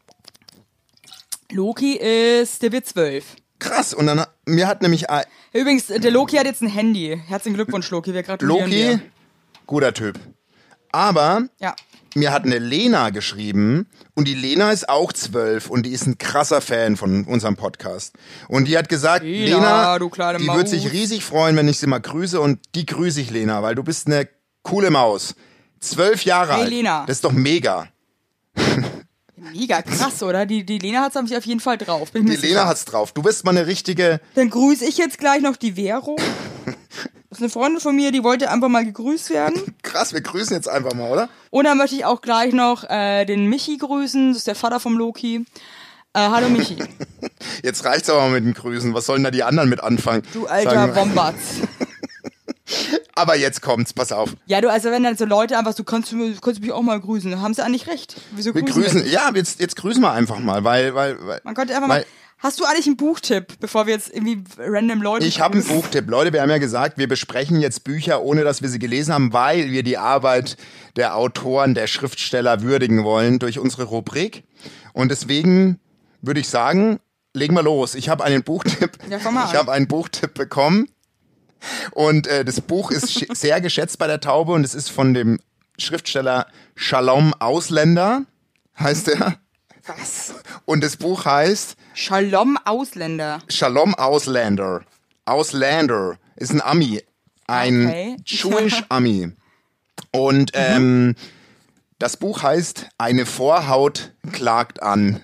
Loki der wird 12. Krass. Und dann mir hat nämlich Übrigens, der Loki hat jetzt ein Handy. Herzlichen Glückwunsch, Loki. Wir gratulieren Loki, dir. guter Typ. Aber Ja. mir hat eine Lena geschrieben und die Lena ist auch 12 und die ist ein krasser Fan von unserem Podcast. Und die hat gesagt, Lena, du kleine die Maus. wird sich riesig freuen, wenn ich sie mal grüße und die grüße ich, Lena, weil du bist eine coole Maus. 12 Jahre alt. Lena. Das ist doch mega. Mega krass, oder? Die Lena hat's auf jeden Fall drauf. Bin ich Die mir Lena sicher. hat's drauf. Du bist mal eine richtige... Dann grüße ich jetzt gleich noch die Vero. Das ist eine Freundin von mir, die wollte einfach mal gegrüßt werden. Krass, wir grüßen jetzt einfach mal, oder? Und dann möchte ich auch gleich noch den Michi grüßen. Das ist der Vater vom Loki. Hallo Michi. Jetzt reicht's aber mal mit den Grüßen. Was sollen da die anderen mit anfangen? Du alter Sagen wir- Bombatz. Aber jetzt kommt's, pass auf. Ja, du, also wenn dann so Leute einfach, du kannst mich auch mal grüßen, dann haben sie eigentlich recht. Wieso Wir grüßen grüßen, ja, jetzt grüßen wir einfach mal, weil Man könnte einfach weil- mal. Hast du eigentlich einen Buchtipp, bevor wir jetzt irgendwie random Leute ich habe einen grüßen? Buchtipp. Leute, wir haben ja gesagt, wir besprechen jetzt Bücher, ohne dass wir sie gelesen haben, weil wir die Arbeit der Autoren, der Schriftsteller würdigen wollen durch unsere Rubrik. Und deswegen würde ich sagen, legen wir los. Ich habe einen Buchtipp. Ja, fang mal an. Ich habe einen Buchtipp bekommen. Und das Buch ist sehr geschätzt bei der Taube und es ist von dem Schriftsteller Shalom Ausländer, heißt er. Was? Und das Buch heißt Shalom Ausländer. Shalom Auslander. Auslander ist ein Ami. Ein Okay. Jewish Ami. Und das Buch heißt Eine Vorhaut klagt an.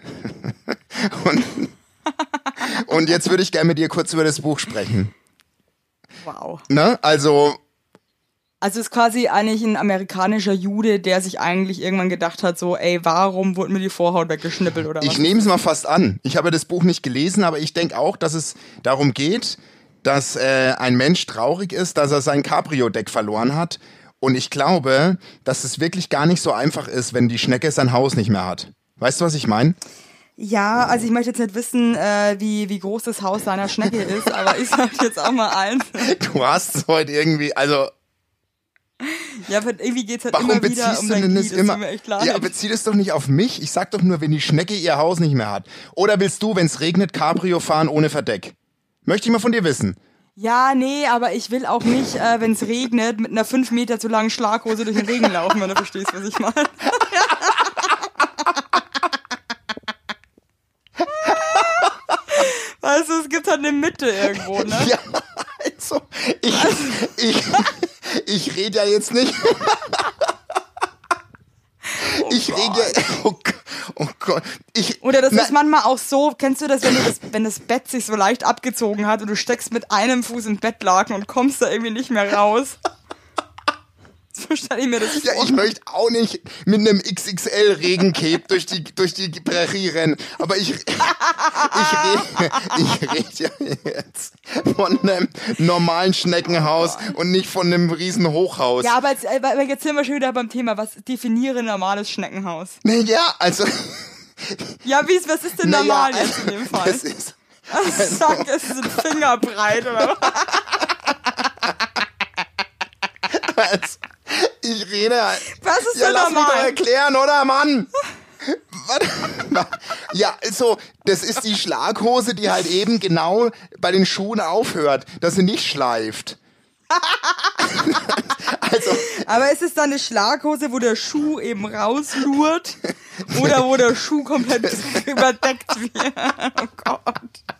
und jetzt würde ich gerne mit dir kurz über das Buch sprechen. Wow. Ne? Also, Also ist quasi eigentlich ein amerikanischer Jude, der sich eigentlich irgendwann gedacht hat, so, ey, warum wurde mir die Vorhaut weggeschnippelt oder was? ich nehme es mal fast an. Ich habe das Buch nicht gelesen, aber ich denke auch, dass es darum geht, dass ein Mensch traurig ist, dass er sein Cabrio-Deck verloren hat. Und ich glaube, dass es wirklich gar nicht so einfach ist, wenn die Schnecke sein Haus nicht mehr hat. Weißt du, was ich meine? Ja, also ich möchte jetzt nicht wissen, wie groß das Haus seiner Schnecke ist, aber ich sag jetzt auch mal eins. Du hast es heute irgendwie, also Ja, aber irgendwie geht's halt warum immer wieder beziehst um du dein denn Knie, das das immer? tut mir echt leid. Ja, bezieh das doch nicht auf mich. Ich sag doch nur, wenn die Schnecke ihr Haus nicht mehr hat. Oder willst du, wenn es regnet, Cabrio fahren ohne Verdeck? Möchte ich mal von dir wissen. Ja, nee, aber ich will auch nicht, wenn es regnet, mit einer 5 Meter zu langen Schlaghose durch den Regen laufen, wenn du verstehst, was ich meine. Weißt du, es gibt halt eine Mitte irgendwo, ne? Ja, also, ich rede ja jetzt nicht. Ich rede ja, oh Gott. Oder das ist manchmal auch so, kennst du das, wenn das Bett sich so leicht abgezogen hat und du steckst mit einem Fuß im Bettlaken und kommst da irgendwie nicht mehr raus? So stelle ich mir das Ja, vor. ich möchte auch nicht mit einem XXL-Regencape durch die Prärie rennen. Aber ich rede ja jetzt von einem normalen Schneckenhaus und nicht von einem riesen Hochhaus. Ja, aber jetzt sind wir schon wieder beim Thema, was definiere normales Schneckenhaus? Naja, also... Ja, was ist denn naja, normal jetzt in dem Fall? Das ist... Sag, es ist ein Fingerbreit oder was? Also, ich rede... Was ist Ja, denn lass mich doch normal? erklären, oder, Mann? Ja, also, das ist die Schlaghose, die halt eben genau bei den Schuhen aufhört, dass sie nicht schleift. Also, Aber ist es dann eine Schlaghose, wo der Schuh eben rauslurt? Oder wo der Schuh komplett überdeckt wird? Oh Gott.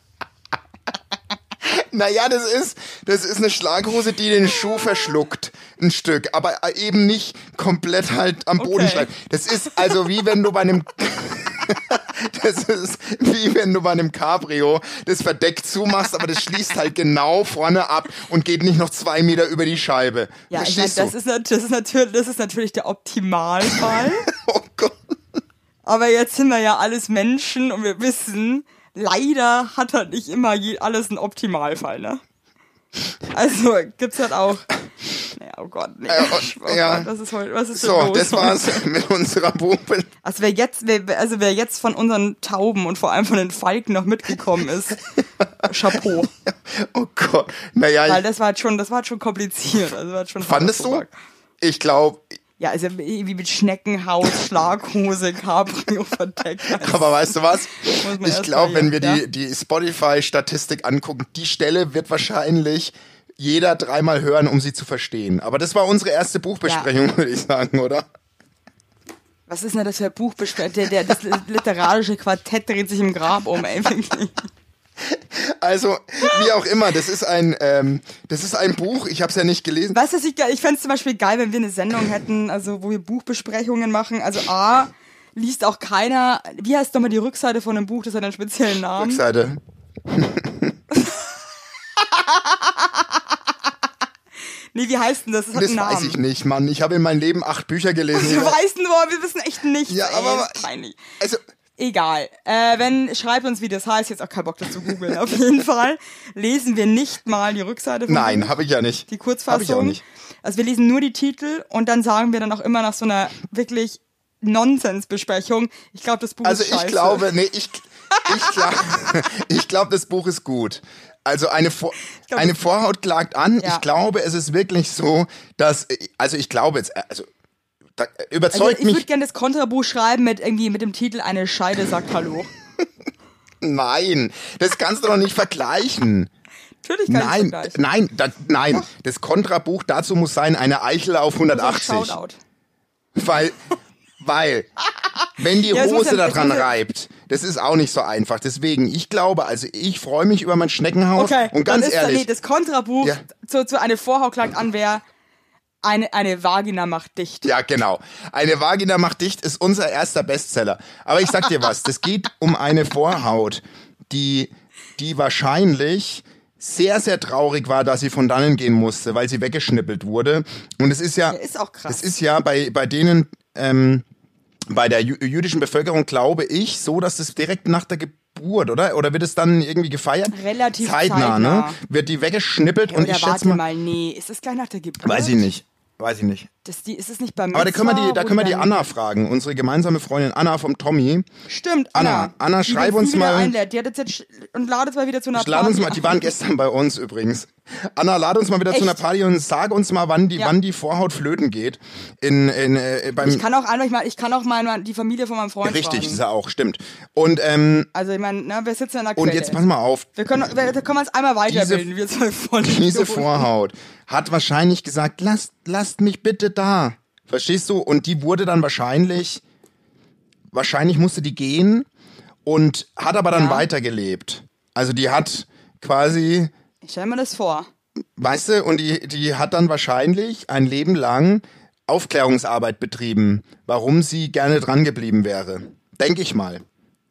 naja, das ist eine Schlaghose, die den Schuh verschluckt. Ein Stück, aber eben nicht komplett halt am Boden Okay. schleift. Das ist also wie wenn du bei einem... Das ist wie wenn du bei einem Cabrio das Verdeck zumachst, aber das schließt halt genau vorne ab und geht nicht noch 2 Meter über die Scheibe. Ja, ich meine, Verstehst das ist natürlich der Optimalfall. Oh Gott. Aber jetzt sind wir ja alles Menschen und wir wissen, leider hat halt nicht immer alles einen Optimalfall, ne? Also gibt's halt auch. Naja, oh Gott, nee. Oh ja. Gott, was ist denn So, los das war's mit unserer Buchbild. Also wer jetzt von unseren Tauben und vor allem von den Falken noch mitgekommen ist, Chapeau. Oh Gott. Naja, Weil das war halt schon kompliziert. Also war halt schon fandest harter du? Tobak. Ich glaube, Ja, also irgendwie mit Schneckenhaut, Schlaghose, Cabrio verdeckt. Aber weißt du was? Muss man Ich erst glaube, mal, wenn wir ja. die Spotify-Statistik angucken, die Stelle wird wahrscheinlich jeder 3-mal hören, um sie zu verstehen. Aber das war unsere erste Buchbesprechung, würde ich sagen, oder? Was ist denn das für ein Buchbesprechung? Das literarische Quartett dreht sich im Grab um, ey, wirklich. Also, wie auch immer, das ist ein Buch, ich habe es ja nicht gelesen. Weißt du, ich fände es zum Beispiel geil, wenn wir eine Sendung hätten, also wo wir Buchbesprechungen machen. Also A, liest auch keiner, wie heißt nochmal die Rückseite von einem Buch, das hat einen speziellen Namen. Rückseite. Nee, wie heißt denn das? Das hat Das einen Namen. weiß ich nicht, Mann. Ich habe in meinem Leben 8 Bücher gelesen. Du weißt nur, wir wissen echt nichts. Ja, ey, aber das ist peinlich. also Egal. Schreibt uns, wie das heißt. Jetzt auch keinen Bock dazu googeln. Auf jeden Fall lesen wir nicht mal die Rückseite von nein, Buch, habe ich ja nicht. die Kurzfassung. Hab ich auch nicht. Also wir lesen nur die Titel und dann sagen wir dann auch immer nach so einer wirklich Nonsensbesprechung, ich glaube, das Buch Also ist scheiße. ich glaube, ich glaube, das Buch ist gut. Also eine Vorhaut klagt an. Ja. Ich glaube, es ist wirklich so, dass, also ich glaube jetzt, da überzeugt ich würde mich. gerne das Kontrabuch schreiben mit dem Titel Eine Scheide sagt Hallo. Nein, das kannst du doch nicht vergleichen. Natürlich kann ich das Nein, nein. Das Kontrabuch dazu muss sein, eine Eichel auf 180. Shoutout. Weil, wenn die Ja, es muss Hose ja- da es dran muss ja- reibt, das ist auch nicht so einfach. Deswegen, ich glaube, also ich freue mich über mein Schneckenhaus. Okay, Und ganz dann ist ehrlich, das Kontrabuch Ja. zu Eine Vorhaut klagt an, wäre eine Vagina macht dicht. ja genau, eine Vagina macht dicht ist unser erster Bestseller. Aber ich sag dir was, das geht um eine Vorhaut, die wahrscheinlich sehr, sehr traurig war, dass sie von dannen gehen musste, weil sie weggeschnippelt wurde. Und es ist ja, Ist auch krass. es ist ja bei denen, bei der jüdischen Bevölkerung, glaube ich, so, dass es direkt nach der Geburt, oder? Oder wird es dann irgendwie gefeiert? Relativ zeitnah, ne? zeitnah. Wird die weggeschnippelt und Oder ich schätze warte mal, mal, nee, ist es gleich nach der Geburt? weiß ich nicht. Ist es nicht bei mir? Aber da können wir die Anna fragen, unsere gemeinsame Freundin Anna vom Tommy. Stimmt, Anna, Die schreib wir uns wieder mal. einlädt. Die hat jetzt und ladet mal wieder zu einer Lad uns Party mal, die waren gestern bei uns übrigens. Anna, lad uns mal wieder Echt? zu einer Party und sag uns mal, wann die Vorhaut flöten geht. Beim Ich kann auch mal die Familie von meinem Freund richtig, fragen. ist er auch, stimmt. Und Also ich meine, wir sitzen in der Quelle. und jetzt pass mal auf, Da können wir uns einmal weiterbilden, wir zwei Vollidioten. diese Vorhaut hat wahrscheinlich gesagt, lasst mich bitte da. Verstehst du? Und die wurde dann wahrscheinlich musste die gehen und hat aber dann Ja. weitergelebt. Also die hat quasi, Ich stell mir das vor. weißt du, und die hat dann wahrscheinlich ein Leben lang Aufklärungsarbeit betrieben, warum sie gerne dran geblieben wäre. Denke ich mal.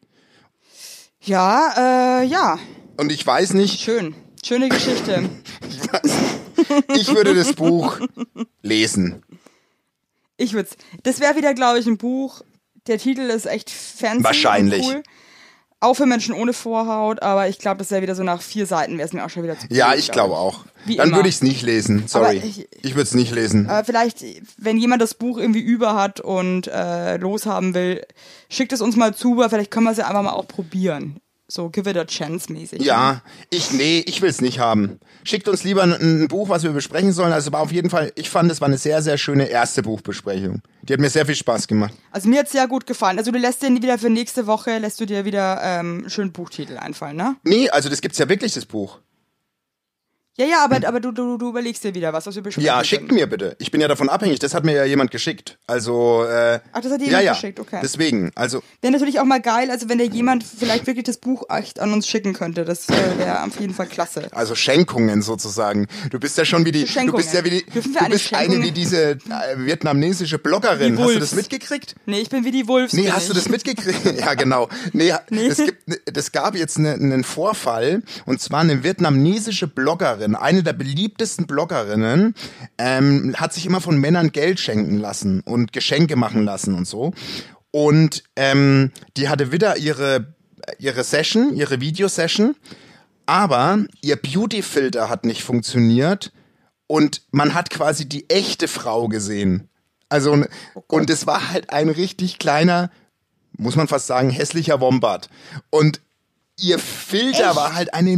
Ja. Und ich weiß nicht, Schön. Schöne Geschichte. ich würde das Buch lesen. Das wäre wieder, glaube ich, ein Buch. Der Titel ist echt fancy Wahrscheinlich. und cool. Auch für Menschen ohne Vorhaut, aber ich glaube, das wäre wieder so nach 4 Seiten, wäre es mir auch schon wieder zu Ja, blöd, ich glaube auch. Wie Dann immer. würde ich es nicht lesen. Sorry. Aber Ich würde es nicht lesen. Vielleicht, wenn jemand das Buch irgendwie über hat und loshaben will, schickt es uns mal zu, weil vielleicht können wir es ja einfach mal auch probieren. So, give it a chance mäßig. Ja, ich will es nicht haben. Schickt uns lieber ein Buch, was wir besprechen sollen. Also aber auf jeden Fall, ich fand, es war eine sehr, sehr schöne erste Buchbesprechung. Die hat mir sehr viel Spaß gemacht. Also mir hat es sehr gut gefallen. Also du lässt dir wieder für nächste Woche, lässt du dir wieder einen schönen Buchtitel einfallen, ne? Nee, also das gibt's ja wirklich, das Buch. Ja, aber du überlegst dir wieder was wir besprechen Ja, können. schickt mir bitte. Ich bin ja davon abhängig. Das hat mir ja jemand geschickt. Also, Ach, das hat dir ja, jemand ja. geschickt, okay. Deswegen, also, Wäre natürlich auch mal geil, also wenn dir jemand vielleicht wirklich das Buch echt an uns schicken könnte. Das wäre auf jeden Fall klasse. also Schenkungen sozusagen. Du bist ja schon wie die, Schenkungen. du bist ja wie die, Dürfen wir du eine bist eine Schenkung- wie diese vietnamesische Bloggerin. Die Hast du Wolfs. das mitgekriegt? Nee, ich bin wie die Wolfs. Nee, bin hast ich. du das mitgekriegt? Ja, genau. Nee, das gab jetzt einen Vorfall, und zwar eine vietnamesische Bloggerin, eine der beliebtesten Bloggerinnen, hat sich immer von Männern Geld schenken lassen und Geschenke machen lassen und so. Und die hatte wieder ihre Session, ihre Videosession, aber ihr Beauty-Filter hat nicht funktioniert und man hat quasi die echte Frau gesehen. Also, und es war halt ein richtig kleiner, muss man fast sagen, hässlicher Wombat. Und ihr Filter war halt eine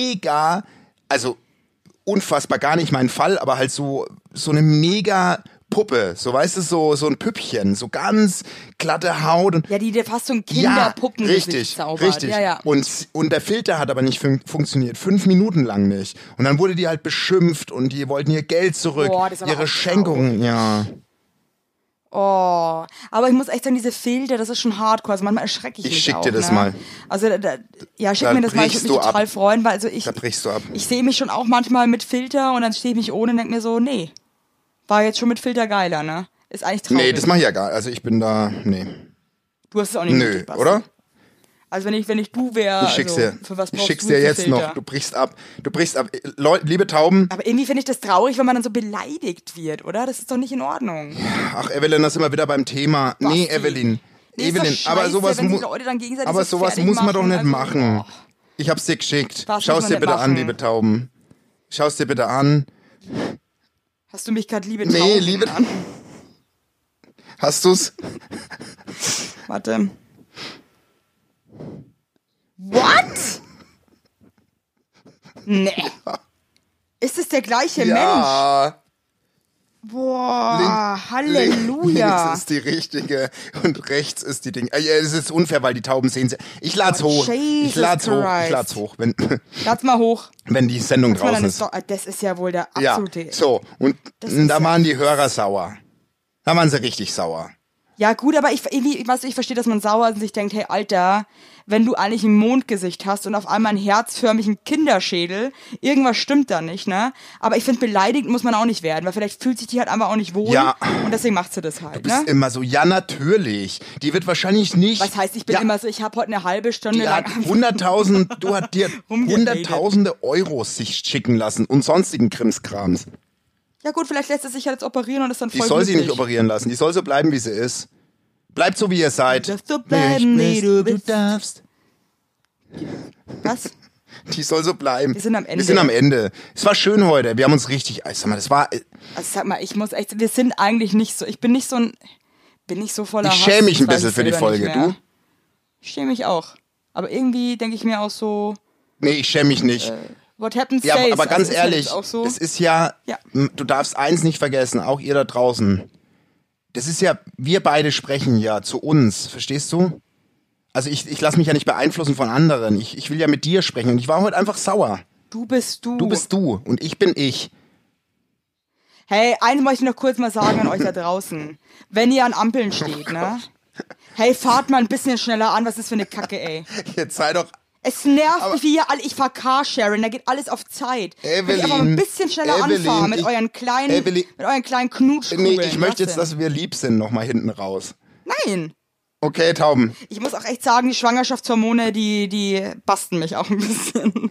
mega, also unfassbar, gar nicht mein Fall, aber halt so eine mega Puppe, so weißt du, so ein Püppchen, so ganz glatte Haut. Und Ja, die fast so ein Kinderpuppengesicht zaubert. Richtig. Ja, ja. Und der Filter hat aber nicht funktioniert, 5 Minuten lang nicht. Und dann wurde die halt beschimpft und die wollten ihr Geld zurück, Boah, das ist aber ihre auch Schenkungen, ja. Oh, aber ich muss echt sagen, diese Filter, das ist schon hardcore. Also manchmal erschrecke ich mich Ich schick auch, dir das ne? mal. Also, schick Da mir das mal, ich brichst würde mich du total ab. freuen, weil also Da brichst du ab. ich sehe mich schon auch manchmal mit Filter und dann stehe ich mich ohne und denke mir so, nee, war jetzt schon mit Filter geiler, ne? Ist eigentlich traurig. Nee, das mach ich ja gar nicht. Also ich bin da, nee. Du hast es auch nicht Nö, nötig, Basti. oder? Also wenn ich du wäre, Ich schick's dir. für was Ich brauchst schick's du dir für jetzt Filter? noch. Du brichst ab. Leute, liebe Tauben. Aber irgendwie finde ich das traurig, wenn man dann so beleidigt wird, oder? Das ist doch nicht in Ordnung. Ach, Evelyn, das ist immer wieder beim Thema. Nee, Basti. Evelyn. Nee, ist doch Evelyn, aber scheiße, sowas wenn sich muss. Leute dann gegenseitig Aber so sowas fertig muss man doch machen, nicht also, machen. oh. Ich hab's dir geschickt. Was Schau's muss dir man bitte nicht an, machen? liebe Tauben. Schau's dir bitte an. Hast du mich gerade liebe Nee, Tauben liebe- genannt? Hast du's? Warte. What? Nee. Ist es der gleiche Mensch? Ja. Boah, Halleluja. Links ist die richtige und rechts ist die Ding. Es ist unfair, weil die Tauben sehen. Ich lad's hoch. Ich Jesus lad's hoch. Ich Christ. lad's hoch, wenn, Lass mal hoch. wenn die Sendung Guck mal, draußen dann ist. doch, das ist ja wohl der Ja, absolute... so. Und Das ist da ja waren die Hörer sauer. Da waren sie richtig sauer. Ja gut, aber ich verstehe, dass man sauer ist und sich denkt, hey Alter, wenn du eigentlich ein Mondgesicht hast und auf einmal einen herzförmigen Kinderschädel, irgendwas stimmt da nicht, ne? Aber ich finde, beleidigt muss man auch nicht werden, weil vielleicht fühlt sich die halt einfach auch nicht wohl Ja. und deswegen macht sie das halt, Du bist ne? immer so, ja natürlich. Die wird wahrscheinlich nicht... Was heißt, ich bin ja, immer so, ich habe heute eine halbe Stunde Die hat lang... 100.000, du hast dir Rumgeredet. 100.000 Euros sich schicken lassen und sonstigen Krimskrams. Ja gut, vielleicht lässt sie sich halt jetzt operieren und ist dann Die voll soll sie glücklich. nicht operieren lassen. Die soll so bleiben, wie sie ist. Bleibt so, wie ihr seid. Du darfst so bleiben, wie du bist. darfst. Was? Die soll so bleiben. Wir sind am Ende. Wir sind am Ende. Es war schön heute. Wir haben uns richtig... Sag mal, das war... Also sag mal, ich muss echt, wir sind eigentlich nicht so, ich bin nicht so voller Ich Hass. schäme mich ein weiß bisschen es für die selber Folge. nicht mehr. Du? Ich schäme mich auch. Aber irgendwie denke ich mir auch so, Nee, ich schäme mich nicht. what happens Ja, stays. aber ganz Also ist halt ehrlich, jetzt auch so. das ist ja, Ja. du darfst eins nicht vergessen, auch ihr da draußen. Das ist ja, wir beide sprechen ja zu uns, verstehst du? Also ich lasse mich ja nicht beeinflussen von anderen. Ich will ja mit dir sprechen und ich war heute einfach sauer. Du bist du. Du bist du und ich bin ich. Hey, eins möchte ich noch kurz mal sagen an euch da draußen. Wenn ihr an Ampeln steht, ne? Hey, fahrt mal ein bisschen schneller an, was ist für eine Kacke, ey. Jetzt sei doch... Es nervt mich, wie ihr alle, ich fahr Carsharing, da geht alles auf Zeit. Wenn ich einfach mal ein bisschen schneller Evelyn, anfahren mit euren kleinen Knutschkugeln. Nee, ich möchte Was jetzt, denn? dass wir lieb sind, nochmal hinten raus. Nein. Okay, Tauben. Ich muss auch echt sagen, die Schwangerschaftshormone, die basten mich auch ein bisschen.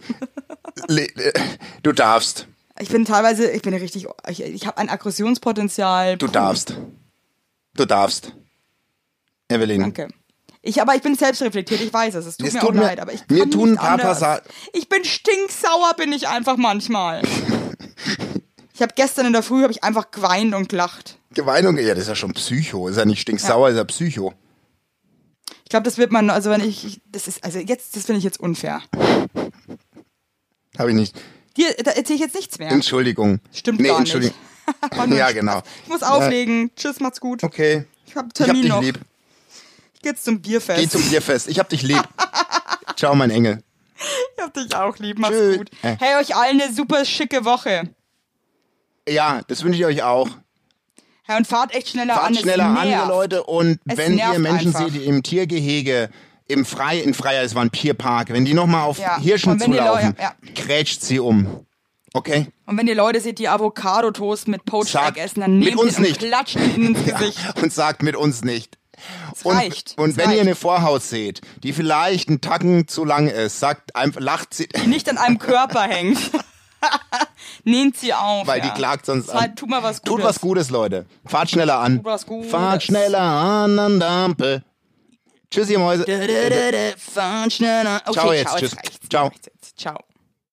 Du darfst. Ich bin habe ein Aggressionspotenzial. Du darfst. Du darfst. Evelyn. Danke. Aber ich bin selbstreflektiert, ich weiß es. Es tut Es mir tut auch mir- leid, aber ich kann mir tun ein nicht paar anders. Passagen- Ich bin stinksauer, bin ich einfach manchmal. Ich habe gestern in der Früh einfach geweint und gelacht. Geweinung, ja, das ist ja schon Psycho. Ist ja nicht stinksauer, ist ja Psycho. Ich glaube, das wird man, also wenn das finde ich jetzt unfair. Habe ich nicht. Dir, da erzähle ich jetzt nichts mehr. Entschuldigung. Stimmt Nee, gar nicht. Entschuldigung. War nur Ja, ein genau. Spaß. Ich muss auflegen. Tschüss, macht's gut. Okay. Ich habe Ich hab Termin dich noch. lieb. Ich geh jetzt zum Bierfest. Geh zum Bierfest. Ich hab dich lieb. Ciao, mein Engel. Ich hab dich auch lieb. Mach's Tschüss. gut. Hey, euch allen eine super schicke Woche. Ja, das wünsche ich euch auch. Hey, und fahrt echt schneller an. Fahrt schneller es an, ihr nervt. Leute. Und Es wenn ihr nervt Menschen einfach. seht, die im Tiergehege, in Freier, es war ein Tierpark, wenn die nochmal auf Ja. Hirschen Und wenn die zulaufen, Leute- grätscht sie um. Okay? Und wenn ihr Leute seht, die Avocado-Toast mit Poached Sagt, Egg essen, dann mit nehmt uns ihn und nicht. klatscht ihn ins Gesicht. Und sagt mit uns nicht. Es reicht. Und Es wenn reicht. ihr eine Vorhaut seht, die vielleicht einen Tacken zu lang ist, sagt einfach, lacht sie, Die nicht an einem Körper hängt. Nehmt sie auf. weil ja. die klagt sonst an. Tut mal was Gutes. Tut was Gutes, Leute. Fahrt schneller an. Tut was Gutes. Fahrt schneller an der Ampel. Tschüss, ihr Mäuse. Fahrt schneller. Okay, Ciao jetzt, ciao, tschüss. reicht's. Ciao. Ciao.